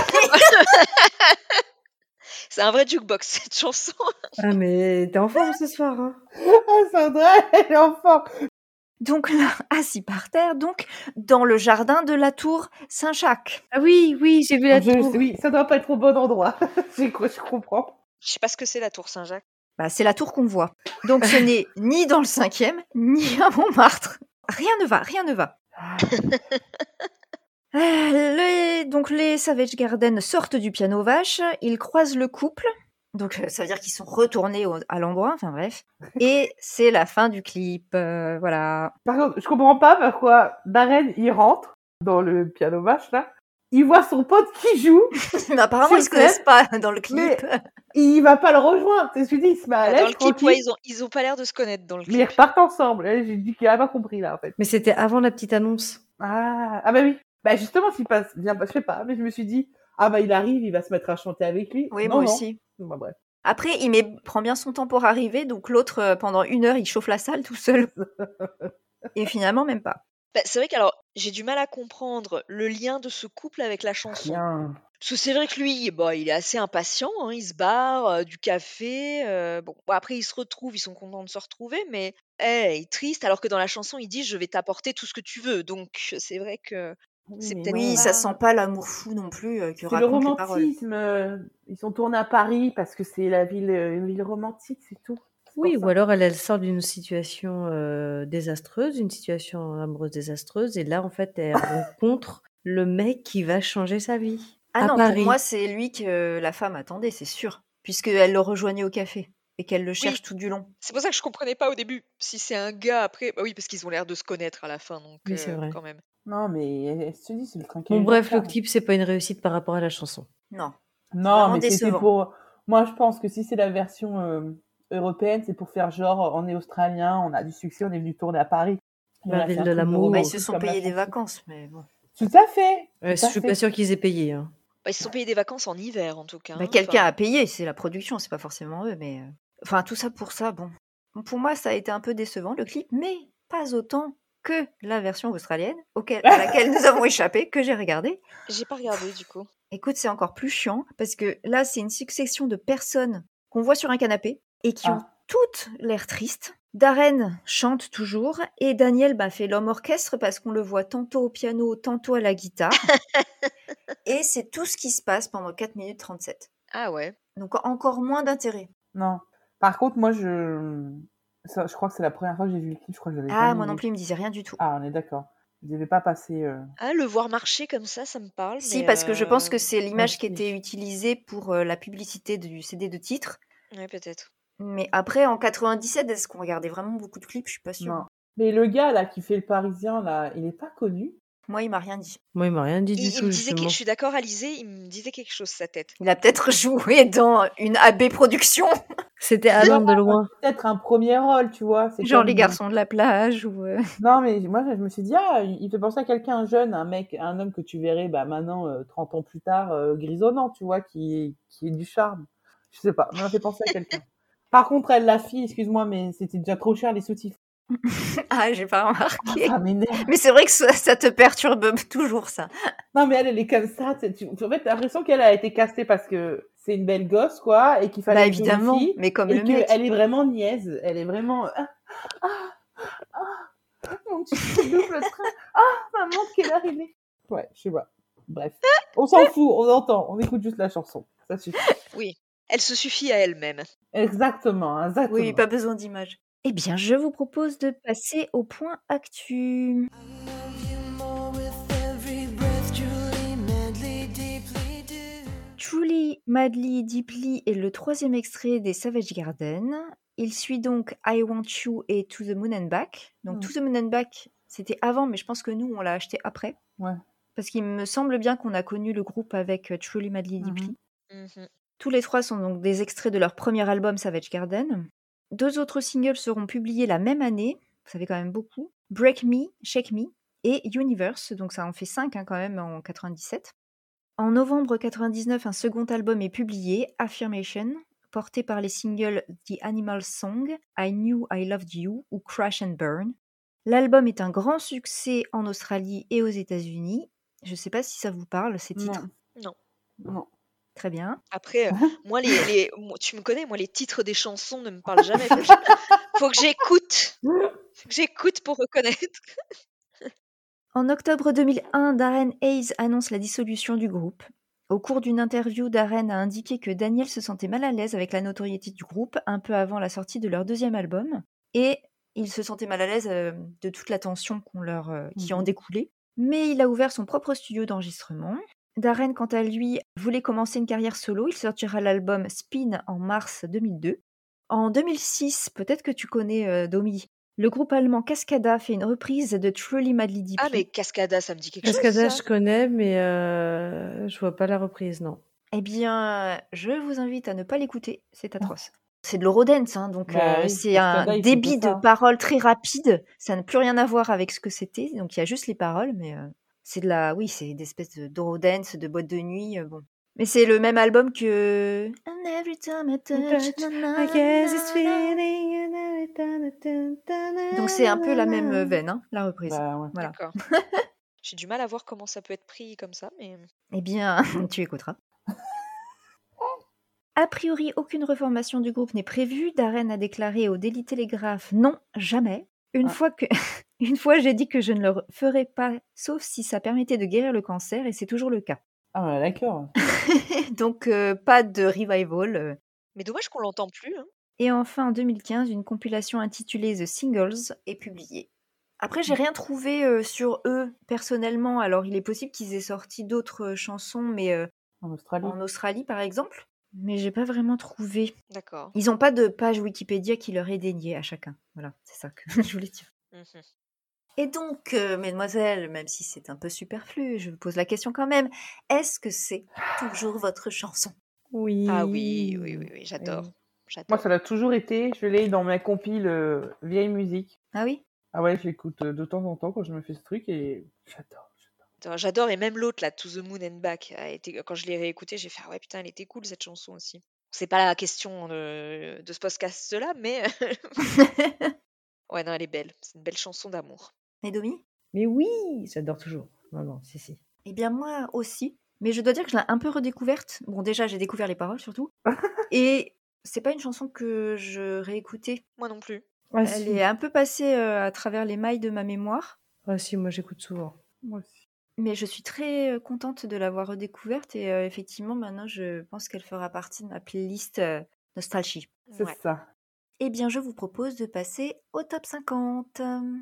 S6: C'est un vrai jukebox, cette chanson.
S4: Ah, mais t'es en forme ce soir, hein.
S5: Ah, Sandra, elle est enfant.
S1: Donc là, assis par terre, donc dans le jardin de la tour Saint-Jacques.
S4: Ah oui, j'ai vu la tour.
S5: Oui, ça doit pas être au bon endroit. Je comprends.
S6: Je sais pas ce que c'est la tour Saint-Jacques.
S1: C'est la tour qu'on voit. Donc ce n'est ni dans le 5e, ni à Montmartre. Rien ne va. Donc les Savage Garden sortent du Piano Vache, ils croisent le couple, donc ça veut dire qu'ils sont retournés à l'endroit, enfin bref. Et c'est la fin du clip, voilà.
S5: Par contre, je comprends pas pourquoi Darren, il rentre dans le Piano Vache, là. Il voit son pote qui joue.
S1: Mais apparemment, ils se connaissent pas dans le clip.
S5: Mais il va pas le rejoindre. C'est ce que je dis, il se met à l'aise.
S6: Dans le clip,
S5: tranquille.
S6: ouais, ils ont pas l'air de se connaître dans le
S5: Mais ils
S6: clip.
S5: repartent ensemble. J'ai dit qu'il a pas compris, là, en fait.
S4: Mais c'était avant la petite annonce.
S5: Ah bah oui. Bah justement, s'il passe bien, je sais pas, mais je me suis dit, il arrive, il va se mettre à chanter avec lui.
S1: Oui,
S5: Non,
S1: moi
S5: non.
S1: aussi.
S5: Bah, bref.
S1: Après, prend bien son temps pour arriver, donc l'autre, pendant 1 heure, il chauffe la salle tout seul. Et finalement, même pas.
S6: C'est vrai qu'alors, j'ai du mal à comprendre le lien de ce couple avec la chanson.
S5: Bien.
S6: Parce que c'est vrai que lui, il est assez impatient, il se barre, du café. Après, ils se retrouvent, ils sont contents de se retrouver, mais elle est triste, alors que dans la chanson, il dit je vais t'apporter tout ce que tu veux. Donc, c'est vrai que c'est
S5: mais
S6: peut-être
S5: non.
S1: Oui,
S6: pas-
S1: ça sent pas l'amour fou non plus que
S5: C'est le
S1: racontent les paroles.
S5: romantisme. Ils sont tournés à Paris parce que c'est une ville romantique, c'est tout. C'est
S4: Oui,
S5: pour
S4: ou
S5: ça.
S4: alors elle sort d'une situation désastreuse, une situation amoureuse désastreuse, et là, en fait, elle rencontre le mec qui va changer sa vie.
S1: Ah
S4: à
S1: non,
S4: Paris.
S1: pour moi, c'est lui que la femme attendait, c'est sûr. Puisqu'elle le rejoignait au café et qu'elle le cherche tout du long.
S6: C'est pour ça que je comprenais pas au début si c'est un gars après. Bah oui, parce qu'ils ont l'air de se connaître à la fin, donc
S4: Oui, c'est vrai.
S6: quand même.
S5: Non, mais je te dis, c'est le train qui
S4: Bon,
S5: a eu
S4: bref,
S5: la
S4: le clip, c'est pas une réussite par rapport à la chanson.
S1: Non.
S5: Non,
S1: vraiment
S5: mais c'était
S1: décevant.
S5: pour. Moi, je pense que si c'est la version européenne, c'est pour faire genre, on est australien, on a du succès, on est venu tourner à Paris. Et
S4: La
S5: on a
S4: ville
S5: fait un
S4: de
S5: truc
S4: l'amour.
S1: Ils
S5: romantique
S1: se sont
S5: comme la
S1: payés des
S5: chanson.
S1: vacances, mais bon.
S5: Tout à fait.
S4: Je
S5: tout à
S4: suis
S5: fait.
S4: pas sûre qu'ils aient payé. Hein.
S6: Ils se sont payés des vacances en hiver, en tout cas.
S1: Quelqu'un a payé, c'est la production, c'est pas forcément eux, mais. Enfin, tout ça pour ça, bon. Pour moi, ça a été un peu décevant, le clip, mais pas autant que la version australienne, à laquelle nous avons échappé, que j'ai regardé.
S6: J'ai pas regardé, du coup.
S1: Écoute, c'est encore plus chiant, parce que là, c'est une succession de personnes qu'on voit sur un canapé et qui ont toutes l'air tristes. Darren chante toujours et Daniel fait l'homme orchestre parce qu'on le voit tantôt au piano, tantôt à la guitare. Et c'est tout ce qui se passe pendant 4 minutes 37.
S6: Ah ouais.
S1: Donc encore moins d'intérêt.
S5: Non. Par contre, moi, je crois que c'est la première fois que j'ai vu le clip. Je crois que je l'avais
S1: Ah,
S5: jamais
S1: moi non
S5: vu.
S1: plus, il me disait rien du tout.
S5: Ah, on est d'accord. Je devais pas passer.
S6: Ah, le voir marcher comme ça me parle.
S1: Si,
S6: mais,
S1: parce que je pense que c'est l'image qui
S5: aussi.
S1: était utilisée pour la publicité du CD de titre.
S6: Ouais, peut-être.
S1: Mais après, en 97, est-ce qu'on regardait vraiment beaucoup de clips? Je suis pas sûre.
S5: Non. Mais le gars là qui fait le Parisien là, il est pas connu.
S1: Moi, il m'a rien dit.
S4: Moi, il m'a rien dit
S6: Il,
S4: du
S6: il me
S4: tout,
S6: disait que je
S4: justement.
S6: suis d'accord, Alizé, il me disait quelque chose, sa tête.
S1: Il a peut-être joué dans une AB production,
S4: C'était Alain de loin.
S5: Peut-être un premier rôle, tu vois. C'est
S1: genre
S5: comme...
S1: Les Garçons de la plage ou.
S5: Non, mais moi, je me suis dit, ah, il fait penser à quelqu'un jeune, un mec, un homme que tu verrais maintenant, 30 ans plus tard, grisonnant, tu vois, qui est du charme. Je sais pas, m'a fait penser à quelqu'un. Par contre, elle, la fille, excuse-moi, mais c'était déjà trop cher les sous-titres.
S1: Ah, j'ai pas remarqué.
S5: Ça m'énerve.
S1: Mais c'est vrai que ça te perturbe toujours, ça.
S5: Non, mais elle est comme ça. En fait, t'as l'impression qu'elle a été castée parce que c'est une belle gosse, quoi, et qu'il fallait
S1: Bah
S5: une jolie
S1: évidemment,
S5: fille,
S1: mais comme
S5: et
S1: le mec.
S5: qu'elle est vraiment niaise. Elle est vraiment... mon petit double train. Ça montre qu'elle est arrivée. Ouais, je sais pas. Bref. On s'en fout, on entend. On écoute juste la chanson. Ça suffit.
S6: Oui, elle se suffit à elle-même.
S5: Exactement, exactement.
S1: Oui, pas besoin d'image. Eh bien, je vous propose de passer au point actu. Truly, Madly, Deeply est le 3e extrait des Savage Garden. Il suit donc I Want You et To the Moon and Back. Donc To the Moon and Back, c'était avant, mais je pense que nous, on l'a acheté après.
S5: Ouais.
S1: Parce qu'il me semble bien qu'on a connu le groupe avec Truly, Madly, Deeply.
S6: Mhm.
S1: Tous les 3 sont donc des extraits de leur premier album Savage Garden. 2 autres singles seront publiés la même année, ça fait quand même beaucoup. Break Me, Shake Me et Universe, donc ça en fait 5 quand même en 97. En novembre 99, un second album est publié, Affirmation, porté par les singles The Animal Song, I Knew I Loved You ou Crash and Burn. L'album est un grand succès en Australie et aux États-Unis. Je ne sais pas si ça vous parle, ces titres.
S5: Non.
S1: Très bien.
S6: Après, moi, tu me connais, moi, les titres des chansons ne me parlent jamais. Faut que j'écoute. Faut que j'écoute pour reconnaître.
S1: En octobre 2001, Darren Hayes annonce la dissolution du groupe. Au cours d'une interview, Darren a indiqué que Daniel se sentait mal à l'aise avec la notoriété du groupe un peu avant la sortie de leur 2e album, et il se sentait mal à l'aise de toute l'attention qui en découlait. Mais il a ouvert son propre studio d'enregistrement. Darren, quant à lui, voulait commencer une carrière solo. Il sortira l'album Spin en mars 2002. En 2006, peut-être que tu connais Domi, le groupe allemand Cascada fait une reprise de Truly Madly Deeply.
S6: Ah, mais Cascada, ça me dit quelque chose.
S4: Cascada,
S6: ça.
S4: je connais, mais je vois pas la reprise, non.
S1: Eh bien, je vous invite à ne pas l'écouter, c'est atroce. C'est de l'eurodance, donc
S5: Bah oui,
S1: c'est
S5: Cascada,
S1: un
S5: il fait
S1: débit
S5: que ça.
S1: de paroles très rapide. Ça n'a plus rien à voir avec ce que c'était, donc il y a juste les paroles, mais c'est c'est des espèces d'eurodance, de boîte de nuit, bon. Mais c'est le même album que And every time I touch,
S4: I guess it's feeling and every time I turn,
S1: donc c'est un peu la même veine, hein, la reprise.
S5: Bah ouais.
S1: Voilà.
S6: D'accord. J'ai du mal à voir comment ça peut être pris comme ça, mais...
S1: Eh bien, tu écouteras. A priori, aucune reformation du groupe n'est prévue. Darren a déclaré au Daily Telegraph « Non, jamais. Une fois, j'ai dit que je ne le ferais pas, sauf si ça permettait de guérir le cancer, et c'est toujours le cas.
S5: Ah ouais, d'accord. »
S1: Donc, pas de revival.
S6: Mais dommage qu'on l'entend plus. Hein.
S1: Et enfin, en 2015, une compilation intitulée The Singles est publiée. Après, j'ai rien trouvé sur eux, personnellement. Alors, il est possible qu'ils aient sorti d'autres chansons, mais
S5: En Australie.
S1: en Australie, par exemple. Mais j'ai pas vraiment trouvé.
S6: D'accord.
S1: Ils n'ont pas de page Wikipédia qui leur est dédiée à chacun. Voilà, c'est ça que je voulais dire.
S6: Mhm.
S1: Et donc, mesdemoiselles, même si c'est un peu superflu, je vous pose la question quand même. Est-ce que c'est toujours votre chanson?
S4: Oui.
S6: Ah oui, j'adore.
S5: Oui.
S6: J'adore.
S5: Moi, ça l'a toujours été. Je l'ai dans ma compile vieille musique.
S1: Ah oui?
S5: Ah ouais, je l'écoute de temps en temps quand je me fais ce truc et j'adore.
S6: J'adore, et même l'autre, là, To the Moon and Back, quand je l'ai réécouté, j'ai fait « Ah ouais, putain, elle était cool, cette chanson aussi. » C'est pas la question de ce podcast-là, mais... Ouais, non, elle est belle. C'est une belle chanson d'amour.
S1: Et Domi?
S4: Mais oui, j'adore toujours. Non, si.
S1: Eh bien, moi aussi. Mais je dois dire que je l'ai un peu redécouverte. Bon, déjà, j'ai découvert les paroles, surtout. Et c'est pas une chanson que je réécoutais.
S6: Moi non plus.
S4: Ah,
S1: Elle
S4: si.
S1: est un peu passée à travers les mailles de ma mémoire.
S4: Ah si, moi j'écoute souvent.
S5: Moi aussi.
S1: Mais je suis très contente de l'avoir redécouverte et effectivement, maintenant, je pense qu'elle fera partie de ma playlist Nostalgie.
S5: C'est
S6: Ouais.
S5: ça.
S1: Eh bien, je vous propose de passer au top 50.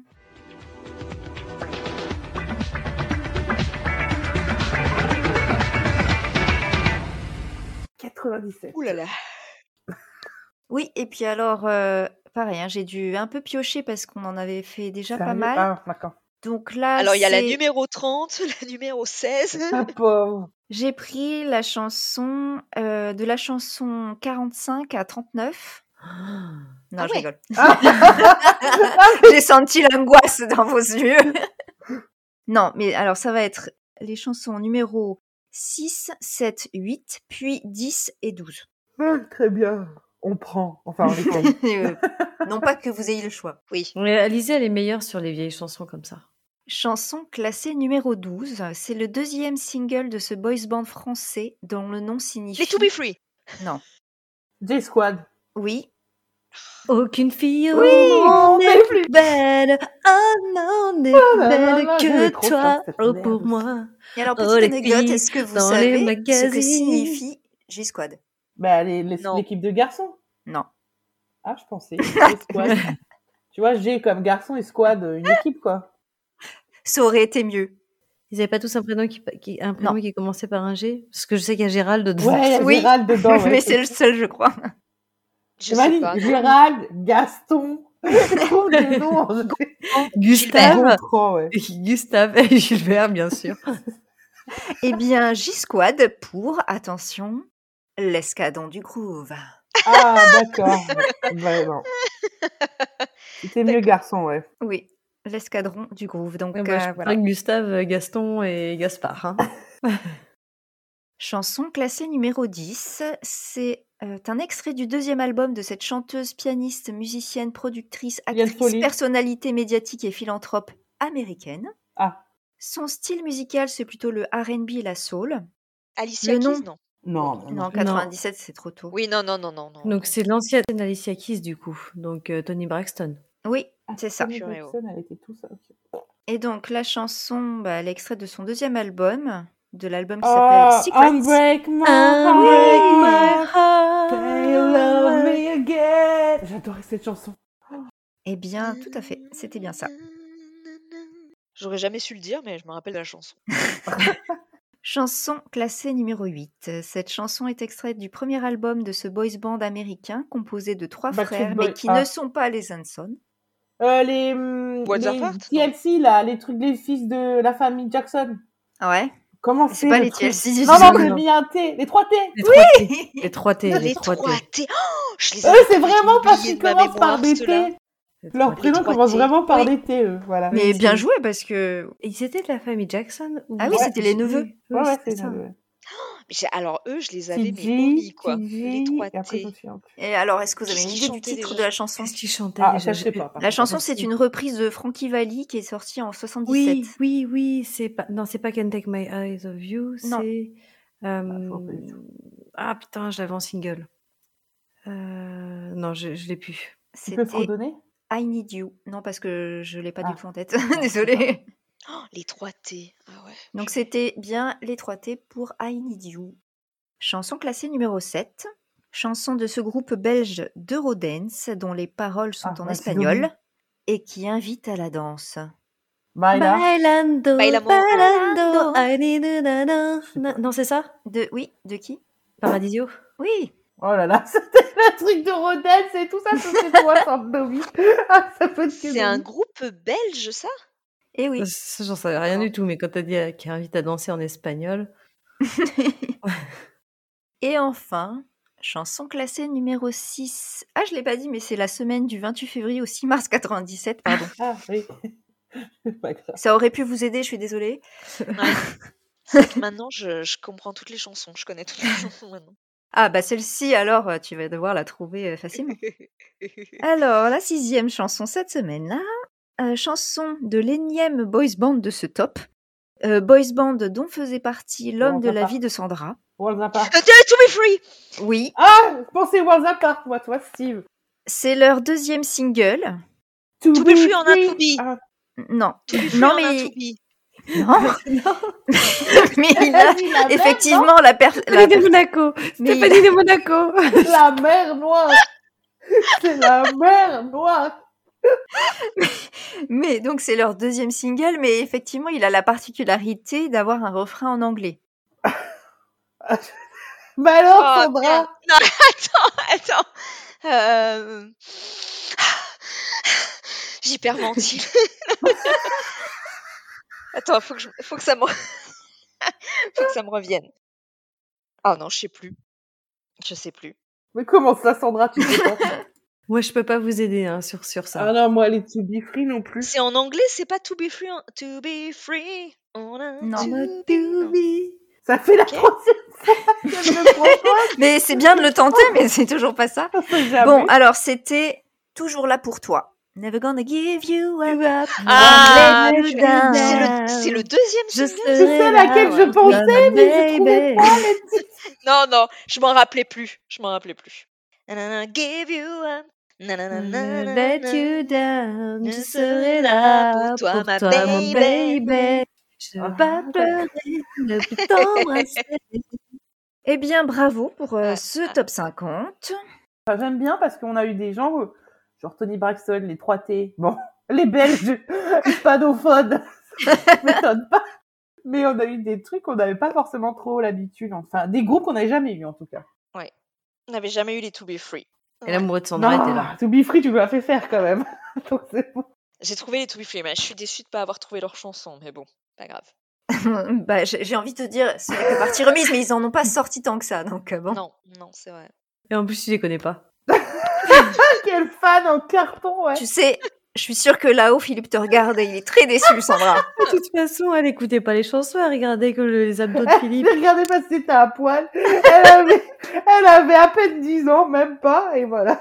S1: «
S5: 97.
S6: Ouh là là.
S1: Oui, et puis alors, pareil, hein, j'ai dû un peu piocher parce qu'on en avait fait déjà pas
S5: Sérieux?
S1: mal.
S5: Ah, d'accord.
S1: Donc là,
S6: Alors, il y a la
S1: c'est...
S6: numéro 30, la numéro 16.
S5: Ah, pauvre.
S1: J'ai pris la chanson de la chanson 45 à 39. Non,
S6: Ah
S1: je
S6: ouais.
S1: rigole. J'ai senti l'angoisse dans vos yeux. Non, mais alors ça va être les chansons numéro 6, 7, 8, puis 10 et 12.
S5: Très bien. On prend. Enfin, on essaye.
S1: Non pas que vous ayez le choix.
S6: Oui.
S4: Ouais, Alizée, elle est meilleure sur les vieilles chansons comme ça.
S1: Chanson classée numéro 12, c'est le deuxième single de ce boys band français dont le nom signifie...
S6: Les To Be Free.
S1: Non.
S5: J-Squad.
S1: Oui.
S4: Aucune fille au
S1: Oui,
S4: monde
S5: n'est
S4: n'est plus belle. Oh non, n'est plus belle
S5: j'aimais
S4: que
S5: trop
S4: toi.
S5: ça, cette
S4: Oh,
S5: merde.
S4: pour moi.
S1: Et alors,
S4: Oh,
S1: petite
S4: les
S1: anecdote,
S4: filles
S1: est-ce que vous
S4: dans les
S1: savez ce que
S4: magazines.
S1: signifie J-Squad?
S5: Bah,
S6: Non.
S5: l'équipe de garçons.
S1: Non.
S5: Ah, je pensais. J-Squad. Tu vois, G comme garçon et squad, une équipe, quoi.
S1: Ça aurait été mieux.
S4: Ils n'avaient pas tous un prénom
S1: Non.
S4: qui commençait par un G? Parce que je sais qu'il y a Gérald dedans.
S5: Ouais, il y a
S1: Oui.
S5: Gérald dedans. Ouais,
S1: Mais c'est le seul, je crois.
S6: Je sais
S5: Imagine,
S6: pas.
S5: Gérald, Gaston. Trouve des noms en
S4: Gustave.
S5: Gontran, ouais.
S4: Gustave et Gilbert, bien sûr.
S1: Eh bien, J-Squad pour, attention, l'escadron du groove.
S5: Ah, d'accord. Bah, non. C'était mieux garçon, ouais.
S1: Oui, l'escadron du groove. Donc,
S4: Ouais, moi, je
S1: voilà.
S4: préfère Gustave, Gaston et Gaspard. Hein.
S1: Chanson classée numéro 10, c'est un extrait du deuxième album de cette chanteuse, pianiste, musicienne, productrice,
S5: Liane
S1: actrice,
S5: Folly.
S1: personnalité médiatique et philanthrope américaine.
S5: Ah,
S1: Son style musical, c'est plutôt le R&B et la soul.
S6: Alicia
S1: Le nom-
S6: Keys, non.
S5: non, non,
S1: Non,
S5: non.
S1: 97, c'est trop tôt.
S6: Oui, non.
S4: Donc, c'est l'ancienne Alicia Keys, du coup. Donc, Tony Braxton.
S1: Oui, c'est ça.
S5: Toni
S6: Purée, oh.
S5: Braxton, elle était tout ça. ok.
S1: Et donc, la chanson, elle est extraite de son deuxième album, de l'album qui
S5: Ah,
S1: s'appelle Secrets.
S5: Unbreak my
S4: Unbreak my
S5: heart.
S4: heart.
S5: Say you love me again. J'adorais cette chanson.
S1: Eh bien, tout à fait, c'était bien ça.
S6: J'aurais jamais su le dire, mais je me rappelle de la chanson.
S1: Chanson classée numéro 8. Cette chanson est extraite du premier album de ce boys band américain composé de 3
S5: Backstreet
S1: frères,
S5: Boys.
S1: mais qui
S5: Ah.
S1: ne sont pas les Hanson.
S5: Les
S6: What's Apart,
S5: TLC, là, les trucs des fils de la famille Jackson.
S1: Ouais.
S5: Comment
S1: C'est
S5: c'est
S1: pas
S5: le
S1: les
S5: truc
S1: TLC.
S5: Non, non,
S4: Non,
S5: j'ai
S4: non.
S5: mis un T. Les 3 T.
S4: Les 3T. Les 3T.
S6: Les
S4: 3T.
S6: 3T. Oh, je les
S5: Eux,
S6: avais
S5: c'est vraiment parce
S6: oubliés
S5: qu'ils
S6: de ma
S5: commencent par
S6: mémoire,
S5: des
S6: ceux-là.
S5: T. Leur
S4: Les
S5: prénom
S6: 3T.
S5: commence vraiment par
S1: Oui.
S5: des T, eux. Voilà.
S1: Mais
S4: Oui,
S1: bien
S4: c'est-
S1: joué parce que.
S4: Ils étaient de la famille Jackson ou...
S1: Ah oui, c'était les neveux.
S4: Oui,
S5: Ouais, ouais,
S4: c'était
S5: c'est
S4: ça.
S5: ouais.
S6: Mais alors, eux, je les avais mais omis, quoi. Les
S5: et après, je me
S6: 3T.
S5: souviens plus.
S1: Et alors, est-ce que vous avez
S6: Qu'est-ce
S1: une
S6: qu'ils
S1: idée du
S6: chantaient
S1: titre
S6: déjà
S1: de la chanson?
S4: Qu'est-ce qu'ils chantaient
S5: Ah,
S4: déjà?
S5: ça, je sais pas. par
S1: La
S5: contre.
S1: chanson, c'est une reprise de Frankie Valli qui est sortie en 77.
S4: Oui, oui, oui, c'est pas... Non, c'est pas Can't Take My Eyes Off You,
S1: Non.
S4: c'est...
S5: je vois pas du tout.
S4: Ah putain, je l'avais en single. Non, je l'ai plus.
S5: Tu peux
S1: C'était
S5: fredonner
S1: I Need You. Non, parce que je l'ai pas
S5: Ah.
S1: du tout en tête.
S5: Non,
S1: Désolée.
S6: Oh, les 3T. Ah ouais.
S1: Donc, c'était bien les 3T pour I Need You. Chanson classée numéro 7. Chanson de ce groupe belge d'Eurodance dont les paroles sont
S5: Ah,
S1: en
S5: ouais, c'est
S1: espagnol
S5: dommage.
S1: et qui invite à la danse.
S5: Baila.
S4: Bailando,
S6: Bailamo.
S4: bailando, I need a na-na. Non, c'est ça?
S1: Oui, de qui?
S4: Paradisio?
S1: Oui.
S5: Oh là là, c'était le truc de Rodez et tout ça, c'était toi, Sandovi. Ah, ça peut être que
S6: C'est un
S5: Domi.
S6: groupe belge, ça?
S1: Et oui.
S4: Ça, j'en savais rien du tout, mais quand t'as dit qu'il invite à danser en espagnol...
S1: Et enfin, chanson classée numéro 6. Ah, je l'ai pas dit, mais c'est la semaine du 28 février au 6 mars 97, pardon.
S5: Ah oui. C'est pas grave.
S1: Ça aurait pu vous aider, je suis désolée.
S6: Ouais. C'est vrai que maintenant, je comprends toutes les chansons. Je connais toutes les chansons maintenant.
S1: Ah, bah celle-ci, alors, tu vas devoir la trouver facilement. Alors, la 6e chanson cette semaine-là, chanson de l'énième boys band de ce top. Boys band dont faisait partie l'homme de la
S5: Apart.
S1: vie de Sandra.
S5: Worlds Apart.
S6: To Be Free!
S1: Oui,
S5: Ah, je pensais Worlds Apart, moi, toi, Steve.
S1: c'est leur 2e single.
S6: To Be Free en un To Be.
S5: Ah,
S1: Non,
S6: To Be Free
S1: non
S6: en un
S1: mais...
S6: To Be.
S1: Non, mais il a...
S5: vas-y, la
S1: Effectivement, la personne...
S4: Stéphanie de Monaco!
S1: Mais il-
S4: Stéphanie de Monaco!
S5: mer, la mer noire. C'est la mer noire.
S1: Mais donc c'est leur 2e single, mais effectivement il a la particularité d'avoir un refrain en anglais.
S5: Mais alors,
S6: Oh,
S5: Sandra.
S6: merde. Non, attends. J'hyperventile. Attends, faut que ça me... faut que ça me revienne. Ah non, je sais plus. Je sais plus.
S5: Mais comment ça, Sandra, tu sais pas?
S4: Moi, je peux pas vous aider hein, sur
S5: Ah
S4: ça.
S5: non, moi, les To Be Free non plus.
S6: C'est en anglais, c'est pas to be free. To be free. On a
S1: Non.
S6: to be... non.
S5: Ça fait la
S6: Ok.
S5: troisième fois qu'elle me propose.
S1: Mais c'est bien de le tenter, mais c'est toujours pas ça.
S5: Jamais.
S1: Bon, alors c'était toujours là pour toi. Never gonna give you up.
S6: Ah,
S1: let you down.
S6: c'est le deuxième
S4: Je
S6: single.
S5: C'est celle à laquelle je pensais, mais je trouvais pas les titres.
S6: Non, je m'en rappelais plus. Nanana, give you up. Nanana,
S4: Let you down, je serai là pour toi, mon baby. Je vais pas pleurer, ne plus t'embrasser.
S1: Eh bien, bravo pour
S6: Ah,
S1: ce top 50.
S5: Enfin, j'aime bien parce qu'on a eu des gens, genre Tony Braxton, les 3T, bon, les Belges, hispanophones, ça m'étonne pas. Mais on a eu des trucs qu'on n'avait pas forcément trop l'habitude, enfin, des groupes qu'on n'avait jamais eu en tout cas.
S6: on n'avait jamais eu les To Be Free.
S4: Et l'amoureux de Sandra était là.
S5: To Be Free, tu me l'as fait faire quand même. Donc c'est bon.
S6: J'ai trouvé les To Be Free, mais je suis déçue de pas avoir trouvé leur chanson. Mais bon, pas grave.
S1: Bah, j'ai envie de te dire, c'est que partie remise, mais ils en ont pas sorti tant que ça, donc bon.
S6: Non, c'est vrai.
S4: Et en plus, tu les connais pas.
S5: Quel fan en carton, ouais.
S1: Tu sais, je suis sûre que là-haut, Philippe te regarde et il est très déçu, Sandra.
S4: De toute façon, elle écoutait pas les chansons, elle regardait que les abdos de Philippe.
S5: Regardez pas si c'était à poil. Elle avait à peine 10 ans, même pas, et voilà.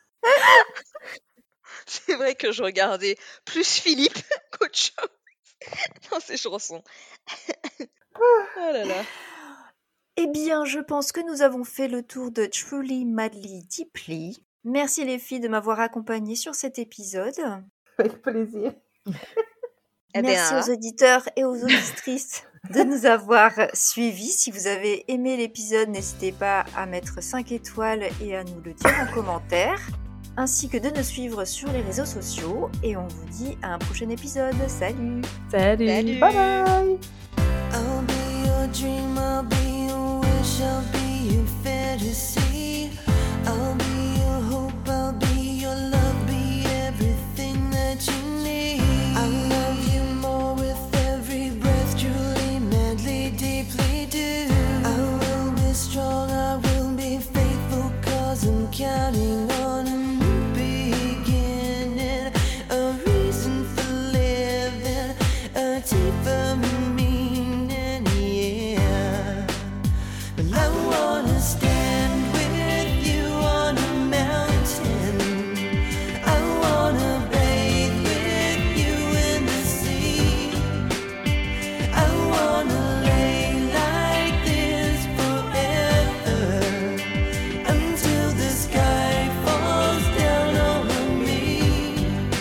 S6: C'est vrai que je regardais plus Philippe qu'autre chose dans ces chansons. Oh là là.
S1: Eh bien, je pense que nous avons fait le tour de Truly, Madly, Deeply. Merci les filles de m'avoir accompagnée sur cet épisode.
S5: Avec plaisir.
S6: Eh
S1: Merci
S6: bien,
S1: aux auditeurs et aux auditrices de nous avoir suivis. Si vous avez aimé l'épisode, n'hésitez pas à mettre 5 étoiles et à nous le dire en commentaire, ainsi que de nous suivre sur les réseaux sociaux. Et on vous dit à un prochain épisode. Salut!
S4: Salut.
S6: salut.
S5: Bye bye.
S3: I'll be your dream, I'll be your wish, I'll be your fantasy. I'll be your hope, I'll be your love, be everything that you need. I love you more with every breath, truly, madly, deeply do. I will be strong, I will be faithful, 'cause I'm counting on a new beginning, a reason for living, a deeper meaning, yeah. Well, I wanna stand with you on a mountain. I wanna bathe with you in the sea. I wanna lay like this forever, until the sky falls down on me.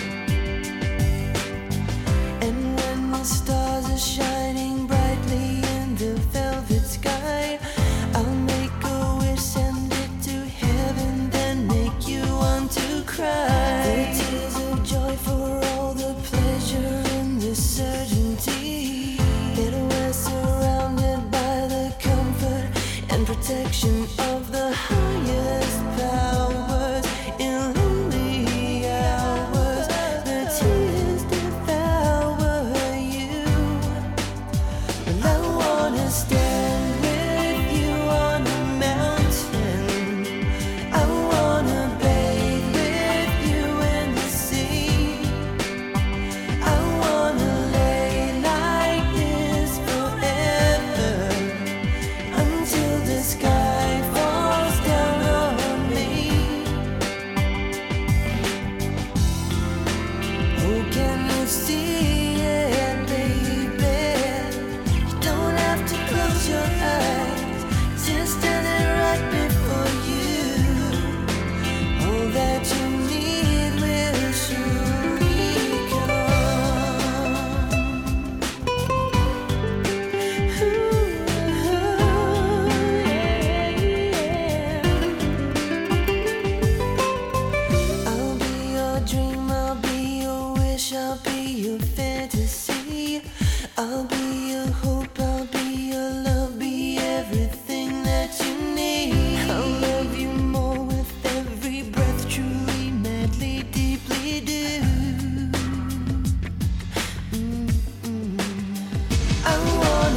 S3: And when the stars are shining brightly in the velvet sky, I'll make a wish, send it to heaven, then make you want to cry. The tears of joy for all the pleasure and the certainty that we're surrounded by the comfort and protection of the highest powers. In lonely hours, the tears devour you. And I wanna stand with you on a mountain. I wanna bathe with you in the sea. I wanna lay like this forever, until the sky falls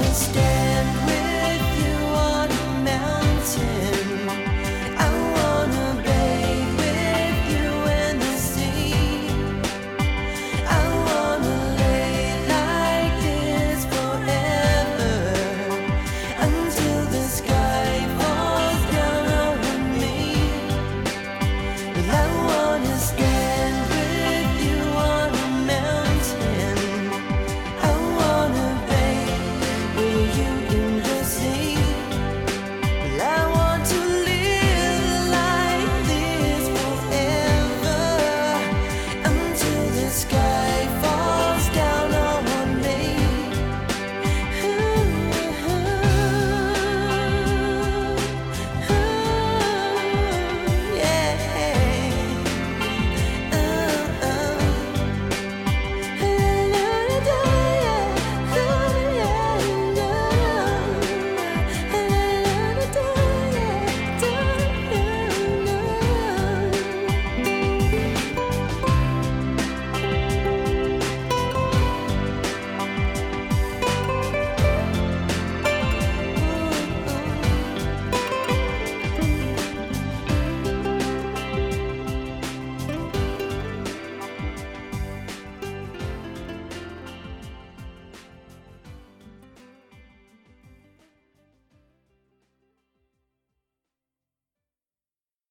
S3: stay.